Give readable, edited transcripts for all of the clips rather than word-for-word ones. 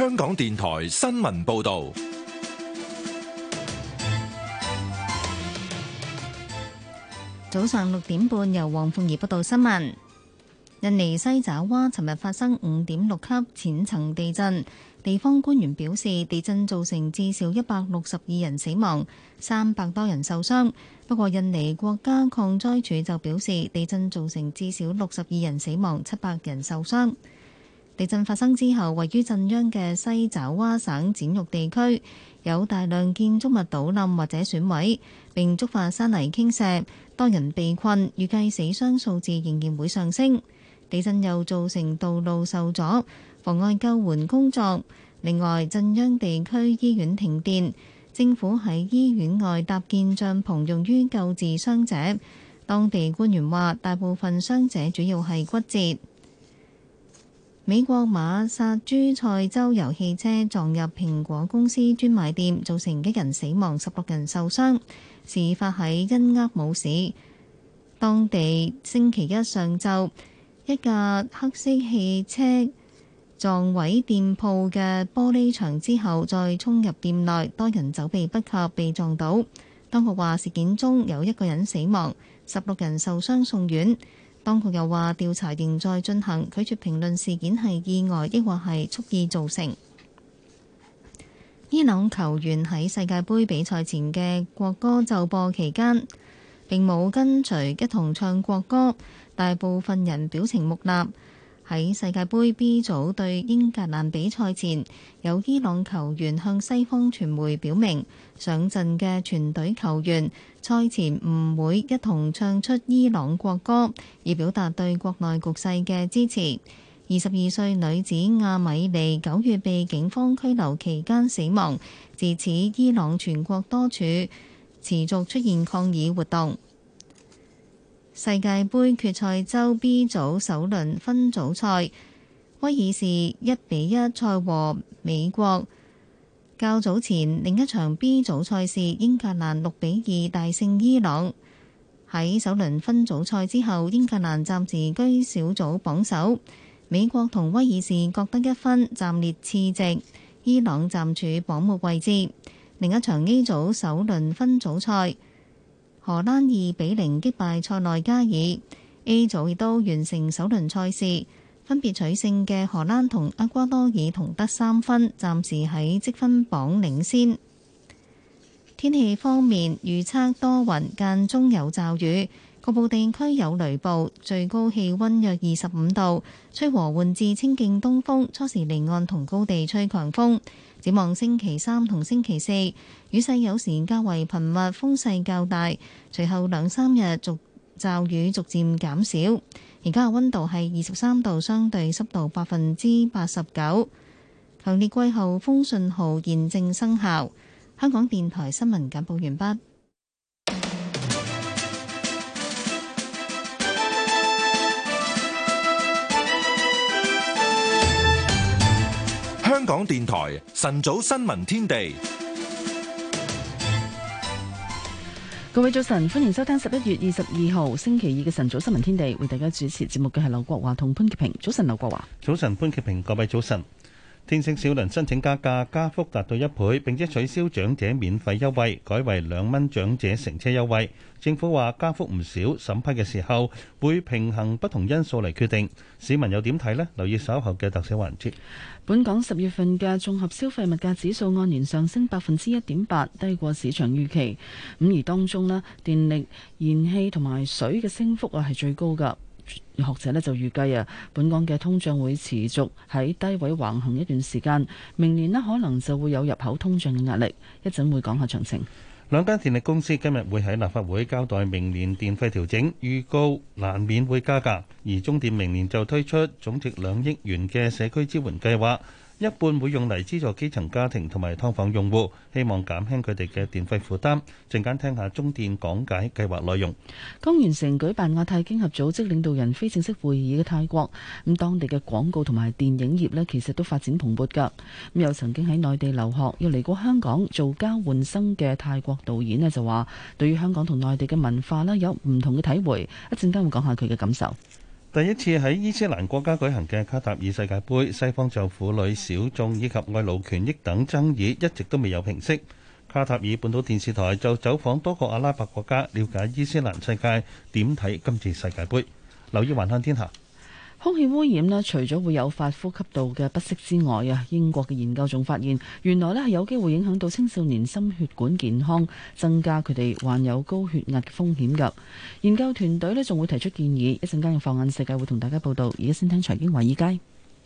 香港電台新聞報道。 早上6點半，由黃鳳儀報道新聞。印尼西爪哇尋日發生5.6級淺層地震，地方官員表示，地震造成至少162人死亡，300多人受傷。不過，印尼國家抗災署就表示，地震造成至少62人死亡，700人受傷。地震發生之後，位於震央嘅西爪哇省展玉地區有大量建築物倒冧或者損毀，並觸發山泥傾瀉，多人被困，預計死傷數字仍然會上升。地震又造成道路受阻，妨礙救援工作。另外，震央地區醫院停電，政府喺醫院外搭建帳篷，用於救治傷者。當地官員話，大部分傷者主要係骨折。美國馬薩諸塞州有汽車撞入蘋果公司專賣店，造成1人死亡，16人受傷。事發喺恩厄姆市，當地星期一上晝，一架黑色汽車撞毀店鋪嘅玻璃牆之後，再衝入店內，多人走避不及被撞倒。當局話事件中有1個人死亡，16人受傷送院。當局又話調查仍在進行，拒絕評論事件係意外抑或係蓄意造成。伊朗球員喺世界盃比賽前嘅國歌奏播期間並冇跟隨一同唱國歌，大部分人表情木訥。喺世界盃 B 組對英格蘭比賽前，有伊朗球員向西方傳媒表明，上陣嘅全隊球員賽前唔會一同唱出伊朗國歌，以表達對國內局勢嘅支持。22歲女子亞米尼9月被警方拘留期間死亡，自此伊朗全國多處持續出現抗議活動。世界盃決賽周 B 組首輪分組賽，威爾士1-1賽和美國。較早前另一場 B 組賽事，英格蘭6-2大勝伊朗。喺首輪分組賽之後，英格蘭暫時居小組榜首，美國同威爾士各得1分，暫列次席。伊朗暫處榜末位置。另一場 A 組首輪分組賽，荷蘭2-0擊敗塞內加爾。A 組亦都完成首輪賽事，分別取勝嘅荷蘭同厄瓜多爾同得3分，暫時喺積分榜領先。天氣方面，預測多雲，間中有驟雨，局部地區有雷暴，最高氣溫約25度，吹和緩至清勁東風，初時離岸同高地吹強風。展望星期3同星期4，雨勢有時較為頻密，風勢較大。隨後2-3日驟雨逐漸減少。而家嘅溫度係23度，相對濕度89%。強烈季候風信號現正生效。香港電台新聞簡報完畢。 香港電台晨早新聞天地， 各位早晨，歡迎收聽11月22號星期2嘅晨早新聞天地，為大家主持節目嘅係劉國華同潘潔平。早晨，劉國華。 早晨，潘潔平。各位早晨。天星小輪申請加價，加幅達到1倍，並且取消長者免費優惠，改為2蚊長者乘車優惠。政府話加幅唔少，審批嘅時候會平衡不同因素嚟決定。市民又點睇呢？留意稍後嘅特寫環節。 本港10月份嘅綜合消費物價指數按年上升1.8%，低過市場預期。咁而當中呢，電力、燃氣同埋水嘅升幅係最高㗎。學者呢就預計本港嘅通脹會持續喺低位橫行一段時間，明年呢可能就會有入口通脹嘅壓力。一陣會講下詳情。 兩間電力公司今日會喺立法會交代明年電費調整，預告難免會加價。而中電明年就推出總值2億元嘅社區支援計劃，一半會用嚟資助基層家庭同埋劏房用戶，希望減輕佢哋嘅電費負擔。陣間聽下中電講解計劃內容。 剛完成舉辦亞太經合組織領導人非正式會議嘅泰國，咁當地嘅廣告同埋電影業呢，其實都發展蓬勃㗎。咁有曾經喺內地留學又嚟過香港做交換生嘅泰國導演呢，就話對於香港同內地嘅文化呢有唔同嘅體會。一陣間會講下佢嘅感受。 第一次喺伊斯蘭國家舉行嘅卡塔爾世界盃，西方就婦女、小眾以及外勞權益等爭議一直都未有平息。卡塔爾本土電視台就走訪多個阿拉伯國家，了解伊斯蘭世界點睇今次世界盃。留意環看天下。 空氣污染除咗會誘發呼吸道嘅不適之外英國嘅研究仲發現，原來係有機會影響到青少年心血管健康，增加佢哋患有高血壓嘅風險㗎。研究團隊仲會提出建議，一陣間嘅放眼世界會同大家報道。而家先聽財經華爾街。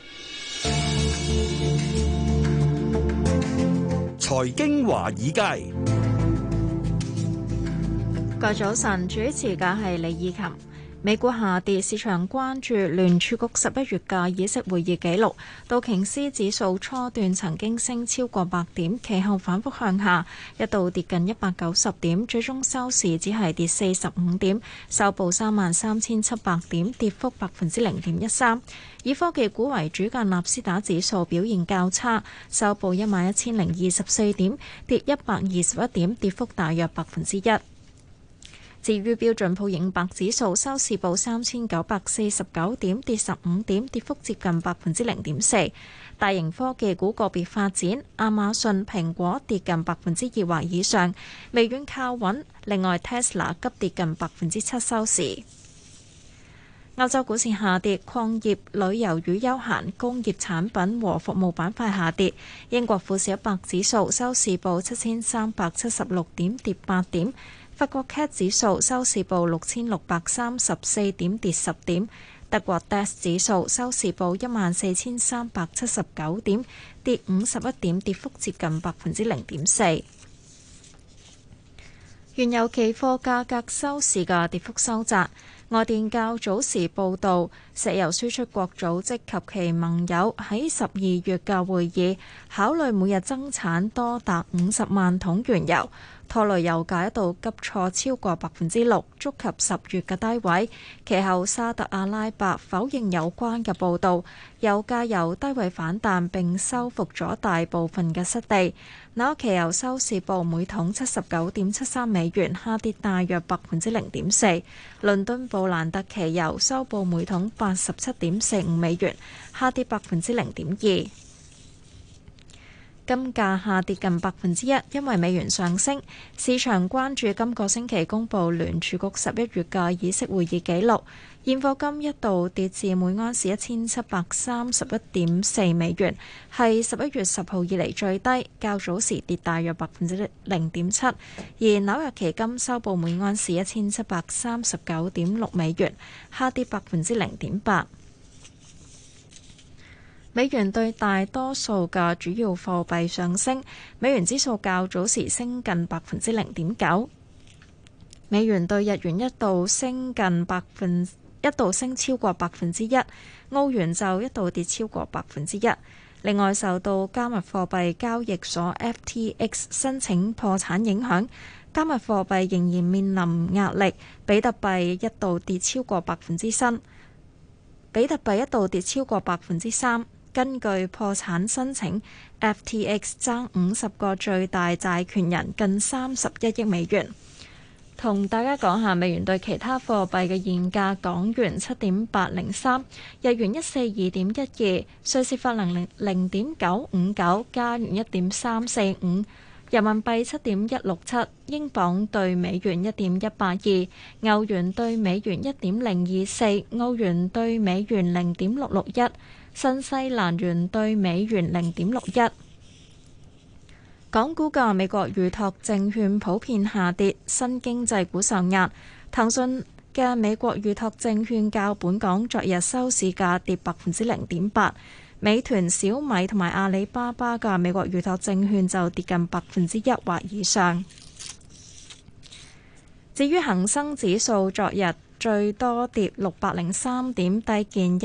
財經華爾街， 個早晨主持嘅係李以琴。美股下跌，市場關注聯儲局11月嘅議息會議紀錄。道瓊斯指數初段曾經升超過100點，其後反覆向下，一度跌近190點，最終收市只係跌45點，收報33,700點，跌幅0.13%。以科技股為主嘅納斯達指數表現較差，收報11,024點，跌121點，跌幅大約1%。至於標準普爾500指數收市報3,949點，跌15點，跌幅接近0.4%。大型科技股個別發展，亞馬遜、蘋果跌近2%或以上，微軟靠穩。另外 Tesla 急跌近7%收市。歐洲股市下跌，礦業、旅遊與休閒、工業產品和服務板塊下跌。英國富時100指數收市報7,376點，跌8點。法國 CAC 指數收市報6,634點，跌10點。德國 DAX 指數收市報14,379點，跌51點，跌幅接近0.4%。原油期貨價格收市嘅跌幅收窄。外電較早時報道，石油輸出國組織及其盟友喺12月嘅會議考慮每日增產多達50萬桶原油，拖累油價一度急挫超過6%，觸及10月嘅低位。其後沙特阿拉伯否認有關嘅報導，油價由低位反彈並收復咗大部分嘅失地。紐約期油收市報每桶79.73美元，下跌大約0.4%。倫敦布蘭特期油收報每桶87.45美元，下跌0.2%。金價下跌近1%，因為美元上升。市場關注今個星期公佈聯儲局11月嘅議息會議紀錄。現貨金一度跌至每盎司1731.4美元，係11月10號以嚟最低，較早時跌大約0.7%。而紐約期金收報每盎司1739.6美元，下跌0.8%。美元對大多數嘅主要貨幣上升，美元指數較早時升近0.9%。美元對日元一度升超過1%，澳元就一度跌超過1%。另外，受到加密貨幣交易所 FTX 申請破產影響，加密貨幣仍然面臨壓力。比特幣一度跌超過3%。根據破產申請 ，FTX 爭50個最大債權人近31億美元。同大家講下美元對其他貨幣嘅現價：港元7.803，日元142.12，瑞士法郎0.959，加元1.345，人民幣7.167，英鎊對美元1.182，歐元對美元1.024，澳元對美元0.661。新西蘭元對美元0.61。港股嘅美國預託證券普遍下跌，新經濟股受壓。騰訊嘅美國預託證券較本港昨日收市價跌0.8%，美團、小米同埋阿里巴巴嘅美國預託證券就跌近1%或以上。至於恒生指數昨日最多跌603點，低見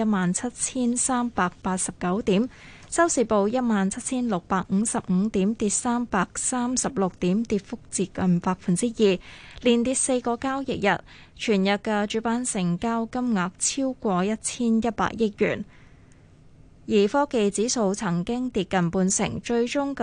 17,389點，收市報17,655點，跌336點，跌幅接近2%，連跌4個交易日。全日嘅主板成交金額超過1,100億元，而科技指數曾經跌近半成，最終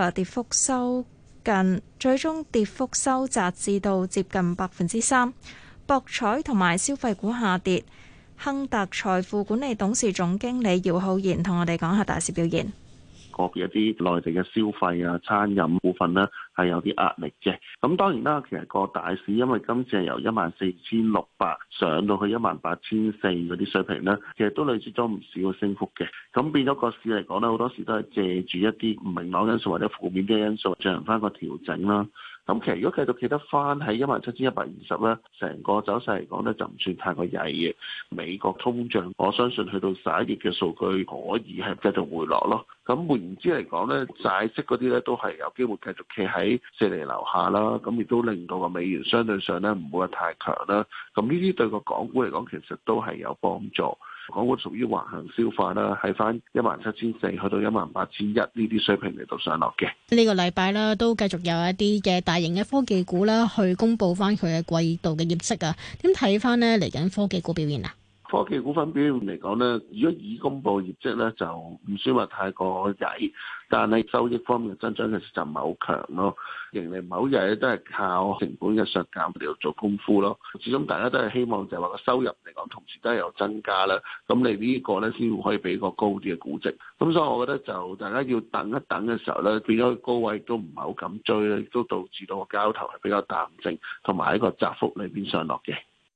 跌幅收窄至到接近3%。博彩同埋消費股下跌， 亨特財富管理董事總經理姚浩然同我哋講下大市表現。 個別一啲內地嘅消費啊、餐飲部分呢係有啲壓力嘅。咁當然啦，其實個大市因為今次係由14,600上到去18,400嗰啲水平呢，其實都累積咗唔少嘅升幅嘅。咁變咗個市嚟講呢，好多時都係借住一啲唔明朗因素或者負面嘅因素進行翻個調整啦。咁其實如果繼續企得翻喺17,120咧，成個走勢嚟講咧就唔算太過曳嘅。美國通脹我相信去到11月嘅數據可以係繼續回落咯。咁換言之嚟講咧，債息嗰啲咧都係有機會繼續企喺4厘樓下啦。咁亦都令到個美元相對上咧唔會話太強啦。咁呢啲對個港股嚟講其實都係有幫助。港股屬於橫行消化啦，喺翻17,400去到18,100呢啲水平嚟到上落嘅。 呢個禮拜啦，都繼續有一啲嘅大型嘅科技股啦，去公布翻佢嘅季度嘅業績啊。點睇翻呢嚟緊科技股表現啊？ 科技股份表現嚟講呢，如果已公佈業績呢，就唔算話太過曳，但係收益方面嘅增長其實就唔係好強咯。盈利唔係好曳，都係靠成本嘅削減嚟到做功夫咯。始終大家都係希望就係話個收入嚟講，同時都係有增加啦。咁你呢個呢，先會可以俾個高啲嘅估值。咁所以我覺得就大家要等一等嘅時候呢，變咗高位都唔係好敢追咧，都導致到個交投係比較淡靜，同埋喺個窄幅裏邊上落嘅。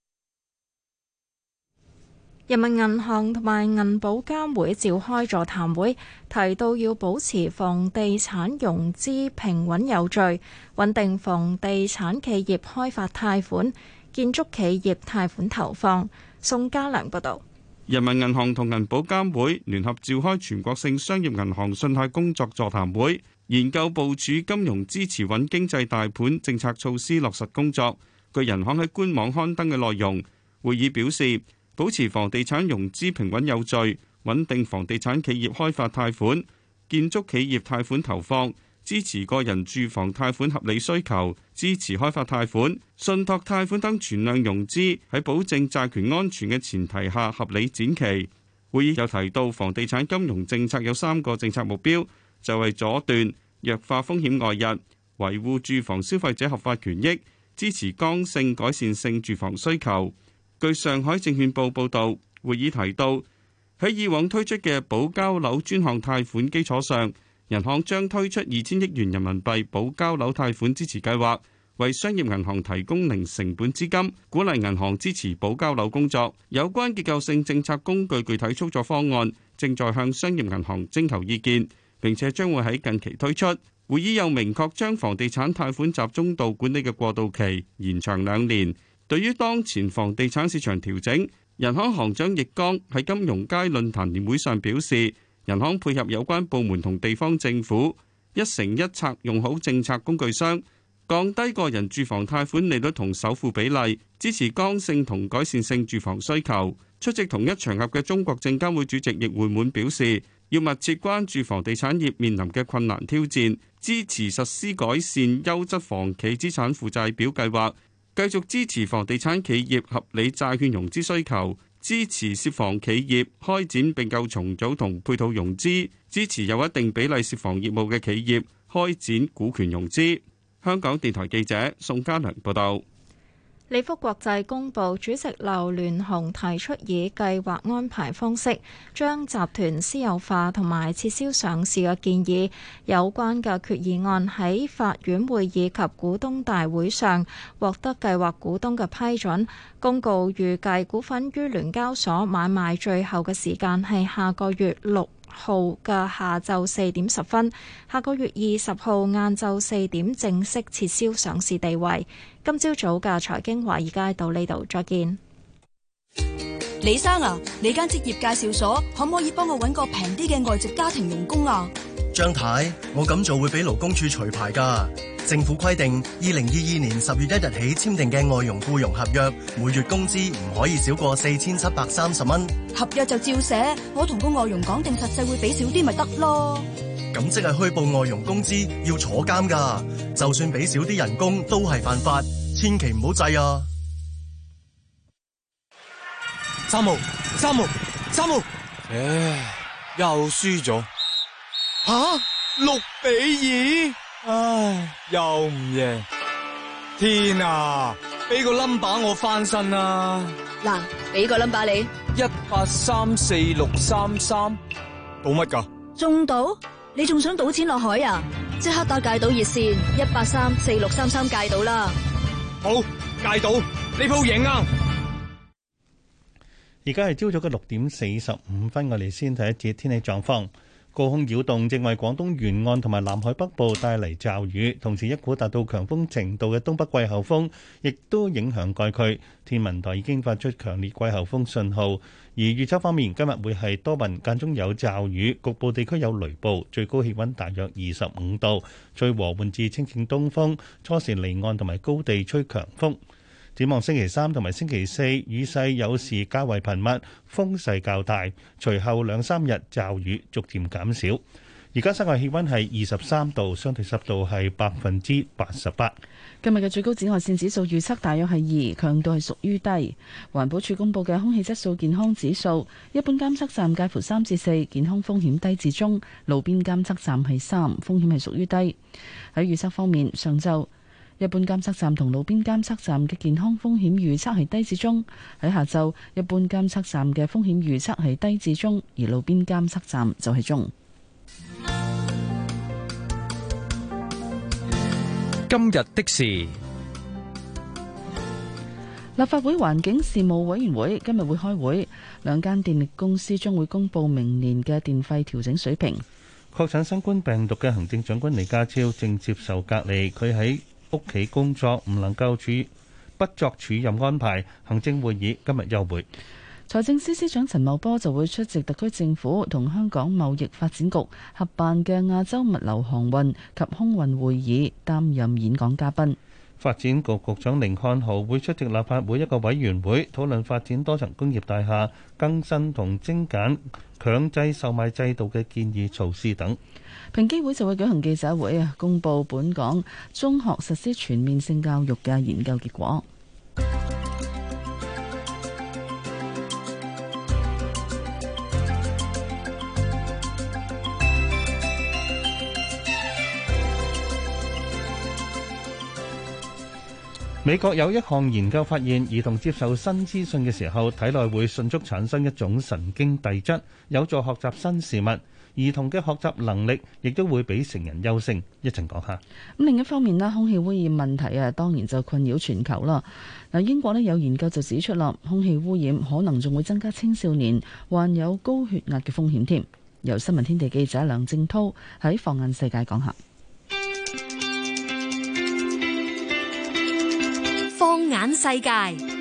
人民銀行同埋銀保監會召開座談會，提到要保持房地產融資平穩有序，穩定房地產企業開發貸款、建築企業貸款投放。宋家良報導。 人民銀行同銀保監會聯合召開全國性商業銀行信貸工作座談會，研究部署金融支持穩經濟大盤政策措施落實工作。據人行喺官網刊登嘅內容，會議表示，保持房地產融資平穩有序，穩定房地產企業開發貸款、建築企業貸款投放，支持個人住房貸款合理需求，支持開發貸款、信託貸款等存量融資喺保證債權安全嘅前提下合理展期。會議又提到，房地產金融政策有3個政策目標，就係阻斷弱化風險外溢，維護住房消費者合法權益，支持剛性改善性住房需求。據上海證券報報導，會議提到喺以往推出嘅保交樓專項貸款基礎上，人行將推出2,000億元人民幣保交樓貸款支持計劃，為商業銀行提供零成本資金，鼓勵銀行支持保交樓工作。有關結構性政策工具具體操作方案正在向商業銀行徵求意見，並且將會喺近期推出。會議又明確將房地產貸款集中度管理嘅過渡期延長2年。對於當前房地產市場調整，人行行長易綱喺金融街論壇年會上表示，人行配合有關部門同地方政府一城一策，用好政策工具箱，降低個人住房貸款利率同首付比例，支持剛性同改善性住房需求。出席同一場合嘅中國證監會主席易會滿表示，要密切關注房地產業面臨嘅困難挑戰，支持實施改善優質房企資產負債表計劃，繼續支持房地產企業合理債券融資需求，支持涉房企業開展併購重組同配套融資，支持有一定比例涉房業務嘅企業開展股權融資。香港電台記者宋家良報道。 利福國際公布，主席劉鑾雄提出以計劃安排方式將集團私有化同埋撤銷上市嘅建議。有關嘅決議案喺法院會議及股東大會上獲得計劃股東嘅批准。公告預計股份於聯交所買賣最後嘅時間係下個月6號嘅下晝4點10分，下個月20號晏晝4點正式撤銷上市地位。今朝早嘅財經華爾街到呢度，再見。 李生啊，你間職業介紹所可唔可以幫我搵個平啲嘅外籍家庭傭工啊？ 張太，我咁做會俾勞工處除牌㗎。政府規定，2022年10月1日起簽訂嘅外傭僱傭合約，每月工資唔可以少過4730蚊。 合約就照寫，我同個外傭講定實際會俾少啲咪得咯。 咁即係虛報外傭工資要坐監㗎，就算俾少啲人工都係犯法，千祈唔好制啊！ 三號，唉，又輸咗。6-2，唉，又唔贏。天啊， 俾個 number 我翻身啦。 嗱，俾個 number 你 1834633，賭乜㗎？ 中賭？你仲想賭錢落海啊？即刻打戒賭熱線1834633戒賭啦！ 好，戒賭，呢鋪贏啊！ 而家係朝早嘅6:45，我哋先睇一節天氣狀況。高空擾動正為廣東沿岸同埋南海北部帶嚟驟雨，同時一股達到強風程度嘅東北季候風亦都影響該區。天文台已經發出強烈季候風信號。而預測方面，今日會係多雲間中有驟雨，局部地區有雷暴，最高氣溫大約25度，吹和緩至清勁東風，初時離岸同埋高地吹強風。展望星期三同埋星期四，雨勢有時較為頻密，風勢較大。隨後2-3日驟雨逐漸減少。而家室外氣溫係23度，相對濕度係88%。 今日嘅最高紫外線指數預測大約係2，強度係屬於低。環保署公布嘅空氣質素健康指數，一般監測站介乎3至4，健康風險低至中；路邊監測站係3，風險係屬於低。喺預測方面，上晝一般監測站同路邊監測站嘅健康風險預測係低至中；喺下晝，一般監測站嘅風險預測係低至中，而路邊監測站就係中。 今日的事， 立法會環境事務委員會今日會開會，兩間電力公司將會公布明年嘅電費調整水平。 確診新冠病毒嘅行政長官李家超正接受隔離，佢喺屋企工作，唔能夠不作署任安排。行政會議今日休會。 財政司司長陳茂波就會出席特區政府同香港貿易發展局合辦嘅亞洲物流航運及空運會議，擔任演講嘉賓。 發展局局長甯漢豪會出席立法會一個委員會，討論發展多層工業大廈更新同精簡強制售賣制度嘅建議措施等。 平機會就會舉行記者會公佈本港中學實施全面性教育嘅研究結果。 美國有一項研究發現，兒童接受新資訊嘅時候，體內會迅速產生一種神經遞質，有助學習新事物。兒童嘅學習能力亦都會比成人優勝。一陣講下。 咁另一方面咧，空氣污染問題當然就困擾全球啦。嗱，英國有研究就指出啦，空氣污染可能仲會增加青少年患有高血壓嘅風險添。由新聞天地記者梁正濤喺放眼世界講下。 放眼世界，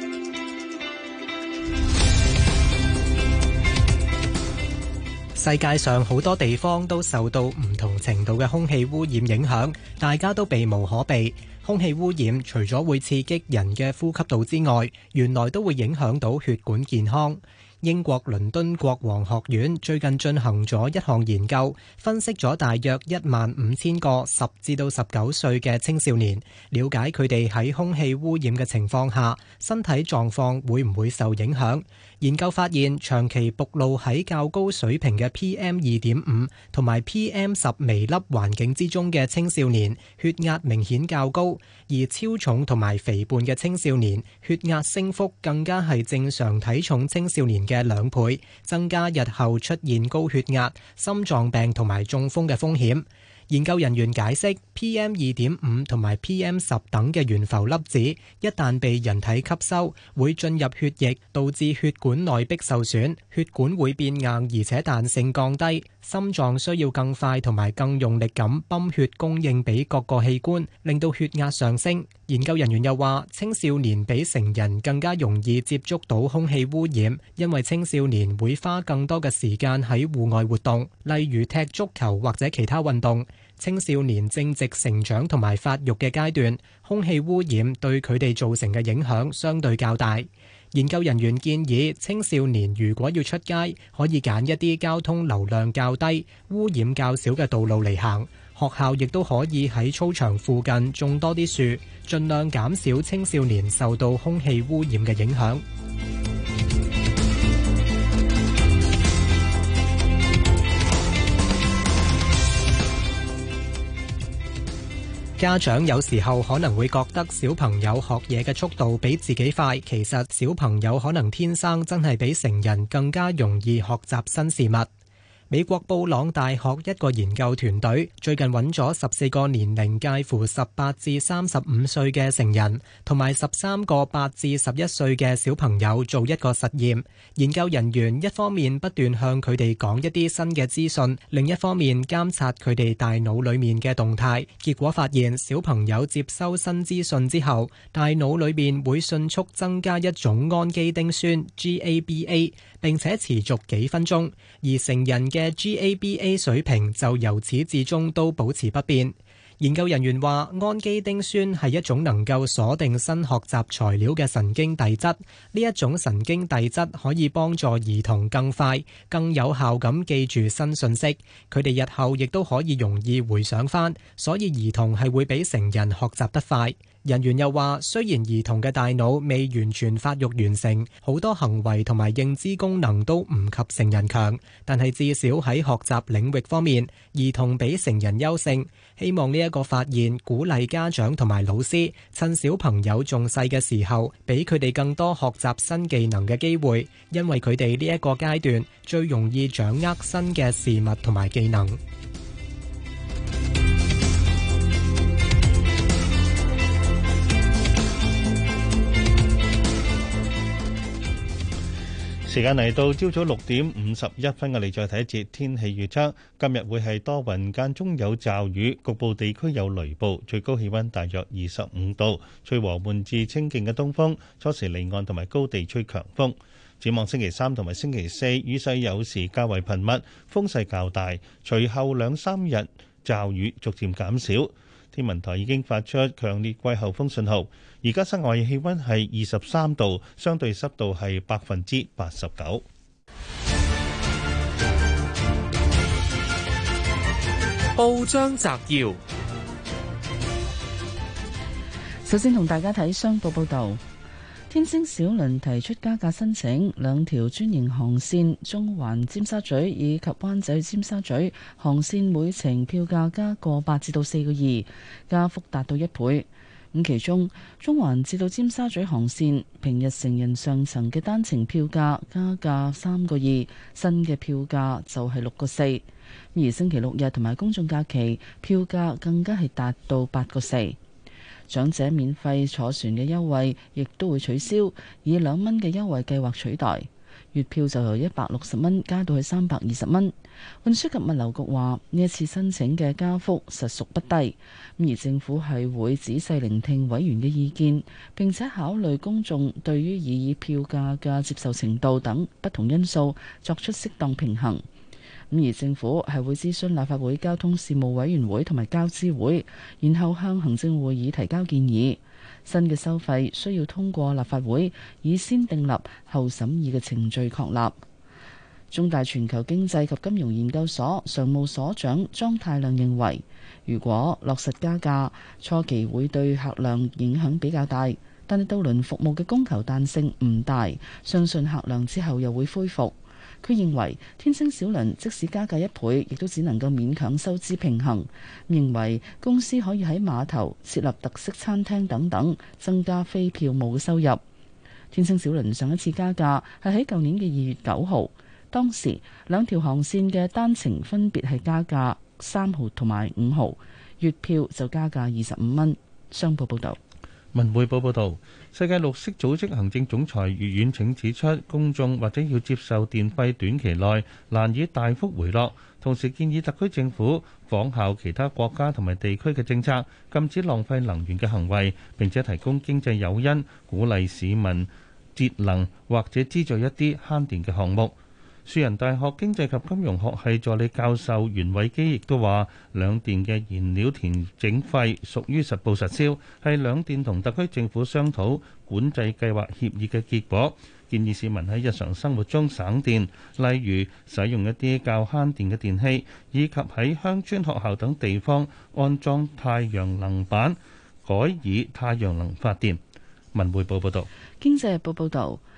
世界上好多地方都受到唔同程度嘅空氣污染影響，大家都避無可避。空氣污染除咗會刺激人嘅呼吸道之外，原來都會影響到血管健康。英國倫敦國王學院最近進行咗一項研究，分析咗大約15000個10至到19歲嘅青少年，了解佢哋喺空氣污染嘅情況下，身體狀況會唔會受影響。研究發現，長期暴露喺較高水平嘅 PM2.5 同埋 PM10 微粒環境之中嘅青少年，血壓明顯較高，而超重同埋肥胖嘅青少年，血壓升幅更加係正常體重青少年嘅2倍，增加日後出現高血壓、心臟病同埋中風嘅風險。研究人員解釋 ，PM2.5 同埋 PM10 等嘅懸浮粒子一旦被人體吸收，會進入血液，導致血管內壁受損，血管會變硬而且彈性降低，心臟需要更快同埋更用力咁泵血供應俾各個器官，令到血壓上升。研究人員又話，青少年比成人更加容易接觸到空氣污染，因為青少年會花更多嘅時間喺戶外活動，例如踢足球或者其他運動。青少年正值成長同埋發育嘅階段，空氣污染對佢哋造成嘅影響相對較大。研究人員建議青少年如果要出街，可以揀一啲交通流量較低、污染較少嘅道路嚟行。學校亦都可以喺操場附近種多啲樹，盡量減少青少年受到空氣污染嘅影響。 家長有時候可能會覺得小朋友學嘢嘅速度比自己快，其實小朋友可能天生真係比成人更加容易學習新事物。美國布朗大學一個研究團隊最近揾咗14個年齡介乎18至35歲嘅成人，同埋13個8至11歲嘅小朋友做一個實驗。研究人員一方面不斷向佢哋講一啲新嘅資訊，另一方面監察佢哋大腦裡面嘅動態。結果發現，小朋友接收新資訊之後，大腦裡面會迅速增加一種氨基丁酸 GABA， 並且持續幾分鐘，而成人嘅GABA 水平就由始至終都保持不變。研究人員話，氨基丁酸係一種能夠鎖定新學習材料嘅神經遞質，呢一種神經遞質可以幫助兒童更快、更有效咁記住新信息，佢哋日後亦都可以容易回想返，所以兒童係會比成人學習得快。人員又話，雖然兒童嘅大腦未完全發育完成，好多行為同埋認知功能都唔及成人強，但係至少喺學習領域方面，兒童比成人優勝。希望呢一個發現鼓勵家長同埋老師趁小朋友仲細嘅時候，俾佢哋更多學習新技能嘅機會，因為佢哋呢一個階段最容易掌握新嘅事物同埋技能。 時間嚟到朝早6:51，我哋再睇一節天氣預測。今日會係多雲間中有驟雨，局部地區有雷暴，最高氣溫大約25度，吹和緩至清勁嘅東風，初時離岸同埋高地吹強風。展望星期3同埋星期4，雨勢有時較為頻密，風勢較大，隨後2-3日驟雨逐漸減少。天文台已經發出強烈季候風信號。而家室外氣溫係23度，相對濕度係89%。 報章摘要， 首先同大家睇商報報導，天星小輪提出加價申請，2條專營航線中環尖沙咀以及灣仔尖沙咀航線每程票價加個8至到4個2，加幅達到1倍。咁其中中環至到尖沙咀航線平日成人上層嘅單程票價加價3個2，新嘅票價就係6個4。而星期六日同埋公眾假期票價更加係達到8個4。長者免費坐船嘅優惠亦都會取消，以2蚊嘅優惠計劃取代。月票就由160蚊加到去320蚊。運輸及物流局話，呢一次申請嘅加幅實屬不低，而政府係會仔細聆聽委員嘅意見，並且考慮公眾對於擬議票價嘅接受程度等不同因素，作出適當平衡。而政府係會諮詢立法會交通事務委員會同埋交諮會，然後向行政會議提交建議。新嘅收費需要通過立法會以先訂立後審議嘅程序確立。中大全球經濟及金融研究所常務所長莊太量認為，如果落實加價，初期會對客量影響比較大，但係渡輪服務嘅供求彈性唔大，相信客量之後又會恢復。佢認為天星小輪即使加價1倍，亦都只能夠勉強收支平衡。認為公司可以喺碼頭設立特色餐廳等等，增加非票務嘅收入。天星小輪上一次加價係喺舊年嘅2月9號，當時2條航線嘅單程分別係加價3毫同埋5毫，月票就加價25蚊。商報報導。 文匯報報導，世界綠色組織行政總裁余遠騁指出，公眾或者要接受電費短期內難以大幅回落，同時建議特區政府仿效其他國家同埋地區嘅政策，禁止浪費能源嘅行為，並且提供經濟誘因，鼓勵市民節能或者資助一啲慳電嘅項目。樹仁大學經濟及金融學系助理教授袁偉基亦都話，兩電嘅燃料填整費屬於實報實銷，係兩電同特區政府商討管制計劃協議嘅結果，建議市民喺日常生活中省電，例如使用一啲較慳電嘅電器，以及喺鄉村學校等地方安裝太陽能板，改以太陽能發電。文匯報報道。 經濟日報報導，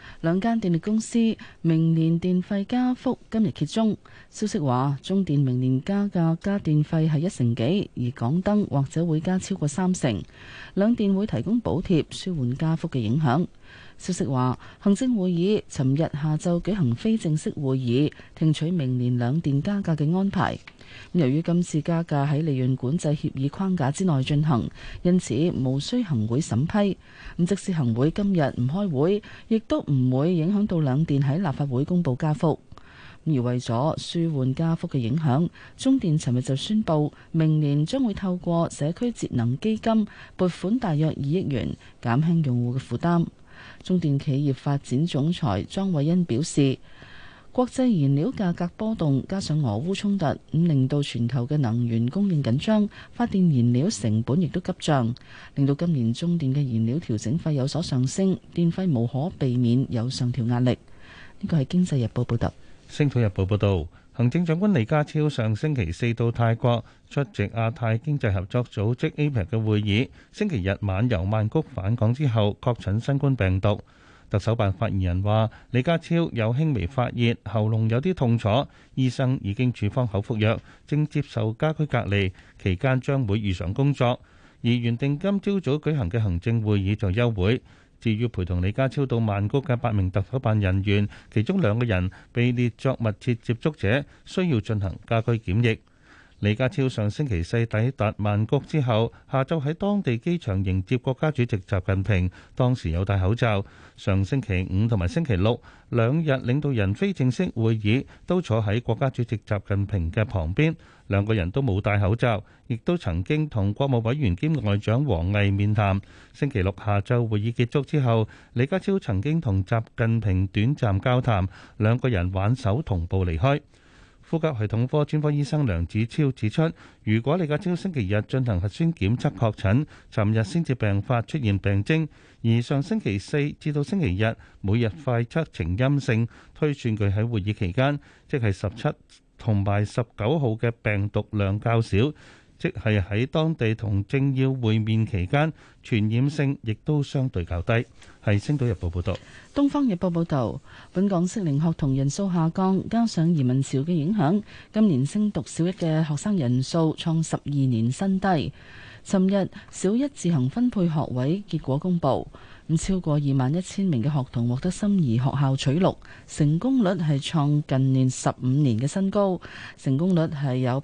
兩間電力公司明年電費加幅今日揭盅。消息話，中電明年加價加電費係1成幾，而港燈或者會加超過3成。兩電會提供補貼，舒緩加幅嘅影響。消息話，行政會議尋日下晝舉行非正式會議，聽取明年兩電加價嘅安排。由於今次加價喺利潤管制協議框架之內進行，因此無需行會審批。即使行會今日唔開會，亦都唔會影響到兩電喺立法會公佈加幅。而為咗舒緩加幅嘅影響，中電尋日就宣布，明年將會透過社區節能基金撥款大約2億元，減輕用戶嘅負擔。中電企業發展總裁莊偉恩表示，國際燃料價格波動加上俄烏衝突，令到全球嘅能源供應緊張，發電燃料成本亦都急漲，令到今年中電嘅燃料調整費有所上升，電費無可避免有上調壓力。呢個係《經濟日報》報道。 《星島日報》報導，行政長官李家超上星期4到泰國出席亞太經濟合作組織 APEC 嘅會議，星期日晚由曼谷返港之後確診新冠病毒。特首辦發言人話：李家超有輕微發熱，喉嚨有啲痛楚，醫生已經處方口服藥，正接受家居隔離，期間將會如常工作。而原定今朝早舉行嘅行政會議就休會。至於陪同李家超到曼谷嘅8名特首辦人員，其中2個人被列作密切接觸者，需要進行家居檢疫。李家超上星期4抵達曼谷之後，下晝喺當地機場迎接國家主席習近平，當時有戴口罩。上星期5同埋星期6兩日領導人非正式會議都坐喺國家主席習近平嘅旁邊，2個人都冇戴口罩，亦都曾經同國務委員兼外長王毅面談。星期6下晝會議結束之後，李家超曾經同習近平短暫交談，2個人挽手同步離開。呼吸系統科專科醫生梁子超指出，如果李家超星期日進行核酸檢測確診，尋日先至病發出現病徵，而上星期4至到星期日每日快測呈陰性，推算佢喺會議期間，即係17同埋19號嘅病毒量較少，即係喺當地同政要會面期間，傳染性亦都相對較低。係《星島日報》報道。 《東方日報》報導，本港適齡學童人數下降，加上移民潮嘅影響，今年升讀小一嘅學生人數創12年新低。尋日小一自行分配學位結果公佈，超過21,000名嘅學童獲得心儀學校取錄，成功率係創近年15年嘅新高，成功率係有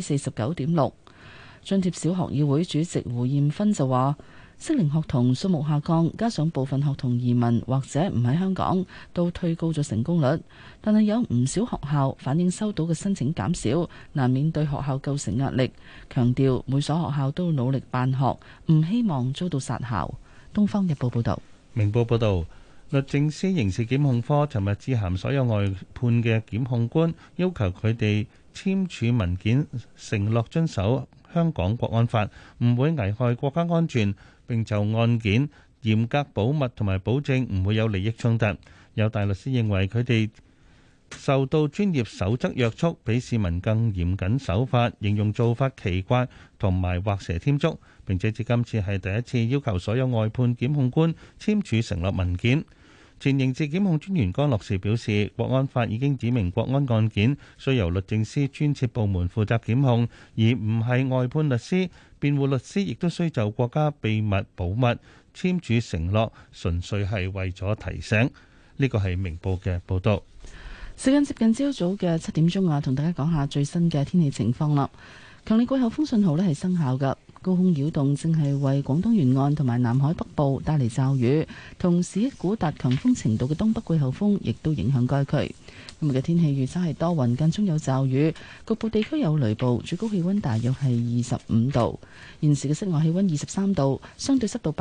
49.6%。津貼小學議會主席胡艷芬就話，適齡學童數目下降，加上部分學童移民或者唔喺香港，都推高咗成功率。但係有唔少學校反映收到嘅申請減少，難免對學校構成壓力。強調每所學校都努力辦學，唔希望遭到殺校。《東方日報》報道。 明報報導，律政司刑事檢控科尋日致函所有外判嘅檢控官，要求佢哋簽署文件，承諾遵守香港國安法，唔會危害國家安全，並就案件嚴格保密同埋保證唔會有利益衝突。有大律師認為佢哋受到專業守則約束，比市民更嚴謹守法，形容做法奇怪同埋畫蛇添足。並且至今次係第一次要求所有外判檢控官簽署承諾文件。前刑事檢控專員江樂士表示，國安法已經指明國安案件需由律政司專設部門負責檢控，而唔係外判律師。辯護律師亦都需就國家秘密保密簽署承諾，純粹係為咗提醒。呢個係明報嘅報導。 時間接近朝早嘅7點鐘啊，同大家講下最新嘅天氣情況啦。強烈季候風信號呢係生效㗎。高空擾動正係為廣東沿岸同埋南海北部帶嚟驟雨，同時一股達強風程度嘅東北季候風亦都影響該區。今日嘅天氣預測係多雲，間中有驟雨，局部地區有雷暴，最高氣溫大約係25度。現時嘅室外氣溫23度，相對濕度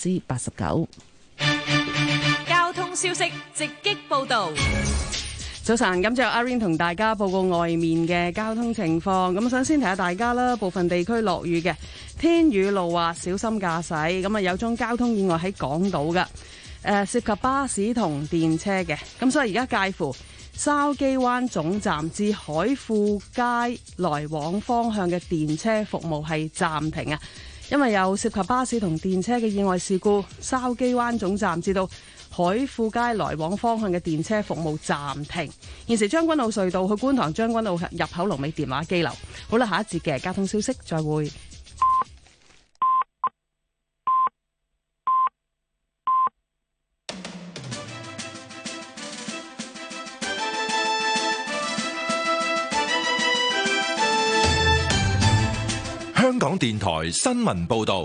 89%。 交通消息直擊報道。 早晨，咁就阿 Rain 同大家報告外面嘅交通情況。咁想先提下大家啦，部分地區落雨嘅，天雨路滑，小心駕駛。咁啊，有宗交通意外喺港島嘅，涉及巴士同電車嘅。咁所以而家介乎筲箕灣總站至海富街來往方向嘅電車服務係暫停啊，因為有涉及巴士同電車嘅意外事故。筲箕灣總站至到海富街來往方向嘅電車服務暫停。現時將軍澳隧道去觀塘將軍澳入口龍尾電話機樓。好啦，下一節嘅交通消息，再會。 香港電台新聞報道。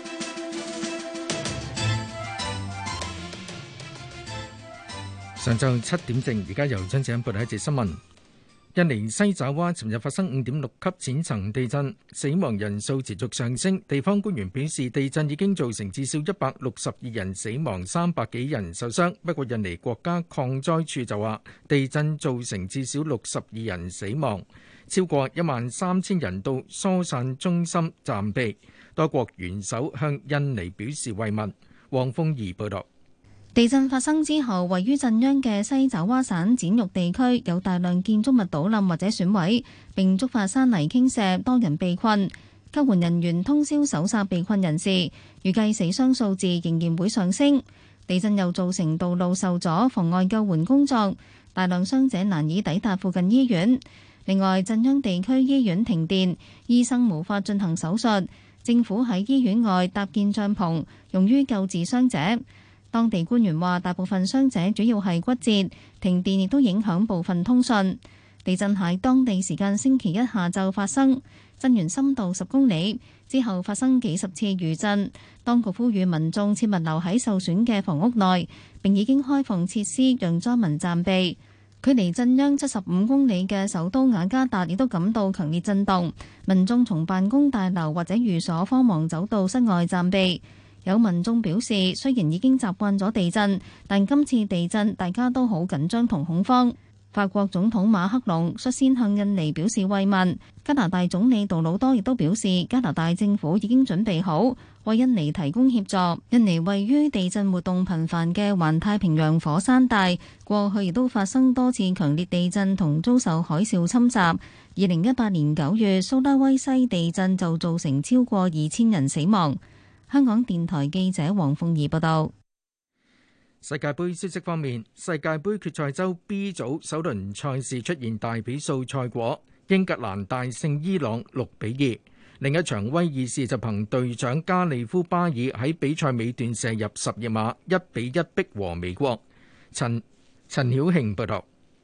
上晝7點正，而家由張子欣報道一節新聞。印尼西爪哇尋日發生5.6級淺層地震，死亡人數持續上升。地方官員表示，地震已經造成至少162人死亡，300幾人受傷。不過，印尼國家抗災處就話，地震造成至少62人死亡，超過13000人到疏散中心暫避。多國元首向印尼表示慰問。黃鳳儀報道。 地震發生之後，位於震央嘅西爪哇省展玉地區有大量建築物倒冧或者損毀，並觸發山泥傾瀉，多人被困。救援人員通宵搜索被困人士，預計死傷數字仍然會上升。地震又造成道路受阻，妨礙救援工作，大量傷者難以抵達附近醫院。另外，震央地區醫院停電，醫生無法進行手術，政府喺醫院外搭建帳篷，用於救治傷者。當地官員話，大部分傷者主要係骨折，停電亦都影響部分通訊。地震喺當地時間星期一下晝發生，震源深度10公里，之後發生幾十次餘震。當局呼籲民眾切勿留喺受損嘅房屋內，並已經開放設施讓災民暫避。距離震央75公里嘅首都雅加達亦都感到強烈震動，民眾從辦公大樓或者寓所慌忙走到室外暫避。有民眾表示，雖然已經習慣咗地震，但今次地震大家都好緊張同恐慌。法國總統馬克龍率先向印尼表示慰問，加拿大總理杜魯多亦都表示，加拿大政府已經準備好為印尼提供協助。印尼位於地震活動頻繁嘅環太平洋火山帶，過去亦都發生多次強烈地震同遭受海嘯侵襲。2018年9月，蘇拉威西地震就造成超過2000人死亡。香港電台記者黃鳳儀報道。 世界盃消息方面，世界盃決賽周 B 組首輪賽事出現大比數賽果，英格蘭大勝伊朗6-2。另一場威爾士就憑隊長加利夫巴爾喺比賽尾段射入12碼，1-1逼和美國。陳曉慶報道。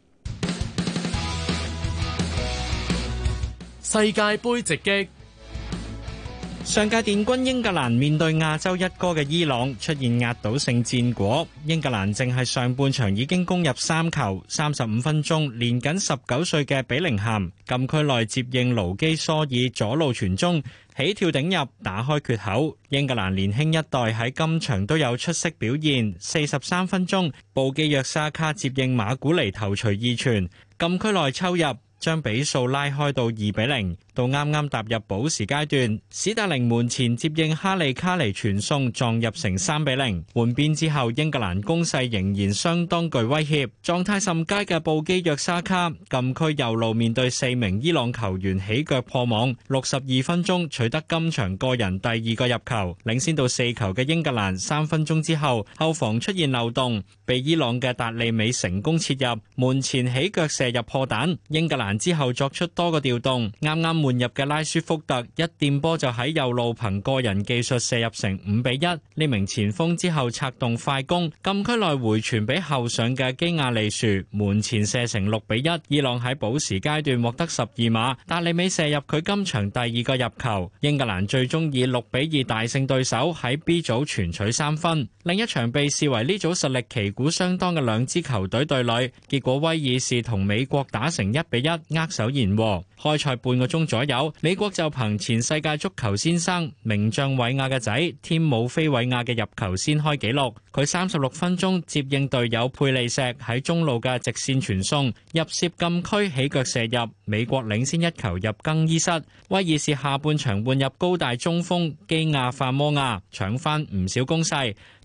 世界盃直擊。上屆殿軍英格蘭面對亞洲一哥嘅伊朗，出現壓倒性戰果。英格蘭淨係上半場已經攻入3球，35分鐘，年僅19歲嘅比寧咸禁區內接應盧基蘇爾左路傳中，起跳頂入，打開缺口。英格蘭年輕一代喺今場都有出色表現。43分鐘，布基約沙卡接應馬古尼頭槌二傳，禁區內抽入，將比數拉開到2-0。到啱啱踏入補時階段，史達寧門前接應哈利卡尼傳送撞入成3-0。換邊之後，英格蘭攻勢仍然相當具威脅。狀態甚佳嘅布基約沙卡禁區右路面對4名伊朗球員起腳破網，62分鐘取得今場個人第2個入球，領先到4球嘅英格蘭3分鐘之後，後防出現漏洞，被伊朗嘅達利美成功切入，門前起腳射入破蛋。英格蘭之後作出多個調動，啱啱換入嘅拉舒福特一掂波就喺右路憑個人技術射入成5-1。呢名前鋒之後策動快攻，禁區內回傳俾後上嘅基亞利殊，門前射成6-1。伊朗喺補時階段獲得12碼，達利美射入佢今場第2個入球。英格蘭最終以6-2大勝對手，喺 B 組全取3分。另一場被視為呢組實力旗鼓相當嘅兩支球隊對壘，結果威爾士同美國打成1-1，握手言和。開賽半個鐘左右，美國就憑前世界足球先生名將韋亞嘅仔添姆菲韋亞嘅入球先開紀錄。佢36分鐘接應隊友佩利石喺中路嘅直線傳送，入涉禁區起腳射入，美國領先1球入更衣室。威爾士下半場換入高大中鋒基亞法摩亞，搶翻唔少攻勢。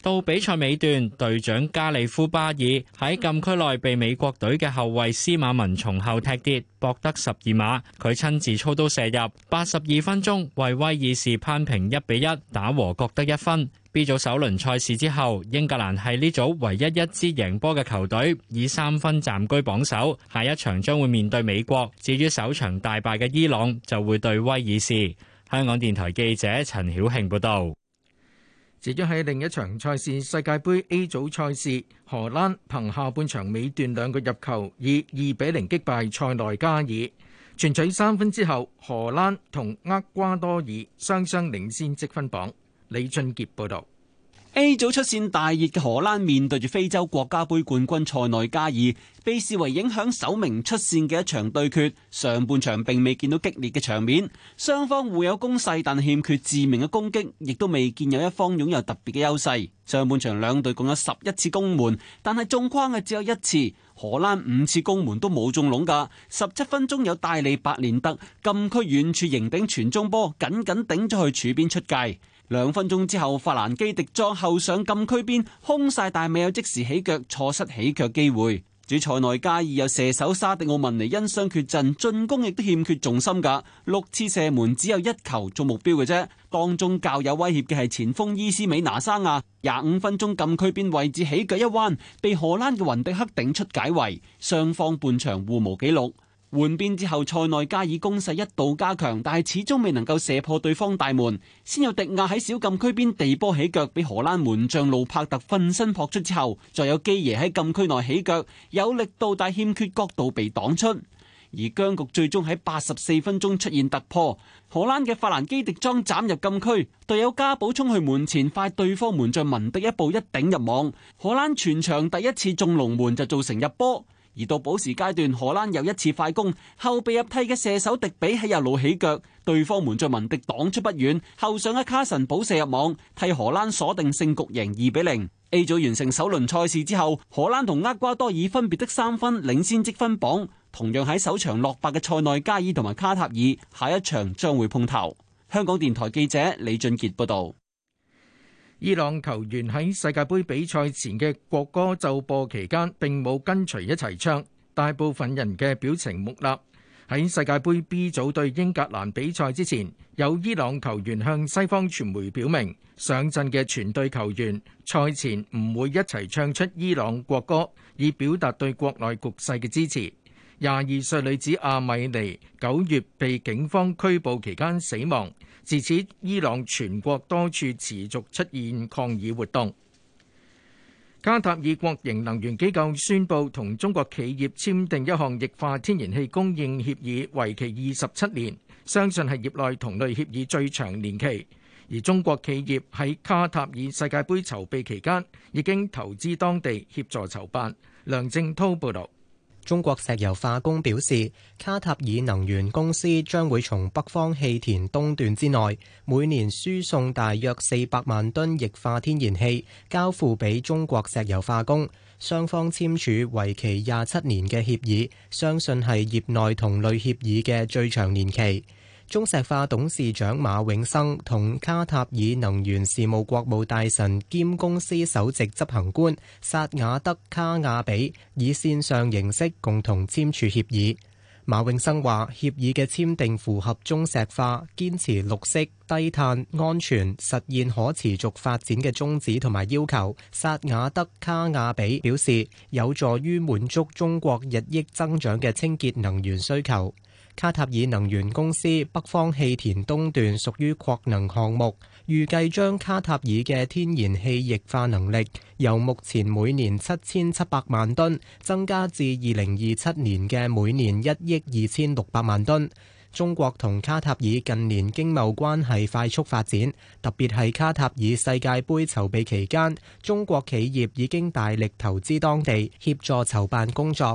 到比賽尾段，隊長加利夫巴爾喺禁區內被美國隊嘅後衛斯馬文從後踢跌，博得12碼，佢親自操刀射入，82分鐘為威爾士攀平1-1，打和各得1分。B 組首輪賽事之後，英格蘭係呢組唯一一支贏波嘅球隊，以3分暫居榜首。下一場將會面對美國，至於首場大敗嘅伊朗就會對威爾士。香港電台記者陳曉慶報道。 至於喺另一場賽事世界盃 A 組賽事，荷蘭憑下半場尾段2個入球，以2-0擊敗塞內加爾。全取3分之後，荷蘭同厄瓜多爾雙雙領先積分榜。李俊傑報道。 A 組出線大熱嘅荷蘭面對住非洲國家盃冠軍塞內加爾，被視為影響首名出線嘅一場對決。上半場並未見到激烈嘅場面，雙方互有攻勢，但欠缺致命嘅攻擊，亦都未見有一方擁有特別嘅優勢。上半場兩隊共有11次攻門，但係中框嘅只有1次。荷蘭5次攻門都冇中籠㗎。17分鐘有戴利白連特禁區遠處迎頂傳中波，緊緊頂咗去柱邊出界。2分鐘之後，法蘭基迪莊後上禁區邊，空晒但未有即時起腳，錯失起腳機會。至於塞內加爾有射手沙迪奧文尼因傷缺陣，進攻亦都欠缺重心㗎，6次射門只有1球中目標嘅啫。當中較有威脅嘅係前鋒伊斯美拿沙亞，25分鐘禁區邊位置起腳一彎，被荷蘭嘅雲迪克頂出解圍，雙方半場互無紀錄。換邊之後，塞內加爾攻勢一度加強，但係始終未能夠射破對方大門。先有迪亞喺小禁區邊地波起腳，俾荷蘭門將路柏特奮身撲出之後，再有基耶喺禁區內起腳，有力度但欠缺角度被擋出。而僵局最終喺84分鐘出現突破，荷蘭嘅法蘭基迪莊斬入禁區，隊友加寶衝去門前，快對方門將文迪一步一頂入網。荷蘭全場第一次中龍門就造成入波。而到補時階段，荷蘭又一次快攻，後備入替嘅射手迪比喺右路起腳，對方門將文迪擋出不遠，後上嘅卡神補射入網，替荷蘭鎖定勝局，贏2-0。A 組完成首輪賽事之後，荷蘭同厄瓜多爾分別得3分，領先積分榜。同樣喺首場落敗嘅塞內加爾同埋卡塔爾，下一場將會碰頭。香港電台記者李俊傑報導。 伊朗球員喺世界盃比賽前嘅國歌奏播期間並冇跟隨一齊唱，大部分人嘅表情木訥。喺世界盃 B 組對英格蘭比賽之前，有伊朗球員向西方傳媒表明，上陣嘅全隊球員賽前唔會一齊唱出伊朗國歌，以表達對國內局勢嘅支持。22歲女子阿米尼9月被警方拘捕期間死亡，自此伊朗全國多處持續出現抗議活動。卡塔爾國營能源機構宣布同中國企業簽訂一項液化天然氣供應協議，為期27年，相信係業內同類協議最長年期。而中國企業喺卡塔爾世界盃籌備期間已經投資當地協助籌辦。梁正滔報導。 中國石油化工表示，卡塔爾能源公司將會從北方氣田東段之內每年輸送大約400萬噸液化天然氣，交付俾中國石油化工。雙方簽署為期27年嘅協議，相信係業內同類協議嘅最長年期。中石化董事長馬永生同卡塔爾能源事務國務大臣兼公司首席執行官薩瓦德卡亞比以線上形式共同簽署協議。馬永生話：協議嘅簽訂符合中石化堅持綠色、低碳、安全、實現可持續發展嘅宗旨同埋要求。薩瓦德卡亞比表示，有助於滿足中國日益增長嘅清潔能源需求。卡塔爾能源公司北方氣田東段屬於擴能項目，預計將卡塔爾嘅天然氣液化能力由目前每年7700萬噸增加至2027年嘅每年1億2600萬噸。中國同卡塔爾近年經貿關係快速發展，特別係卡塔爾世界盃籌備期間，中國企業已經大力投資當地協助籌辦工作。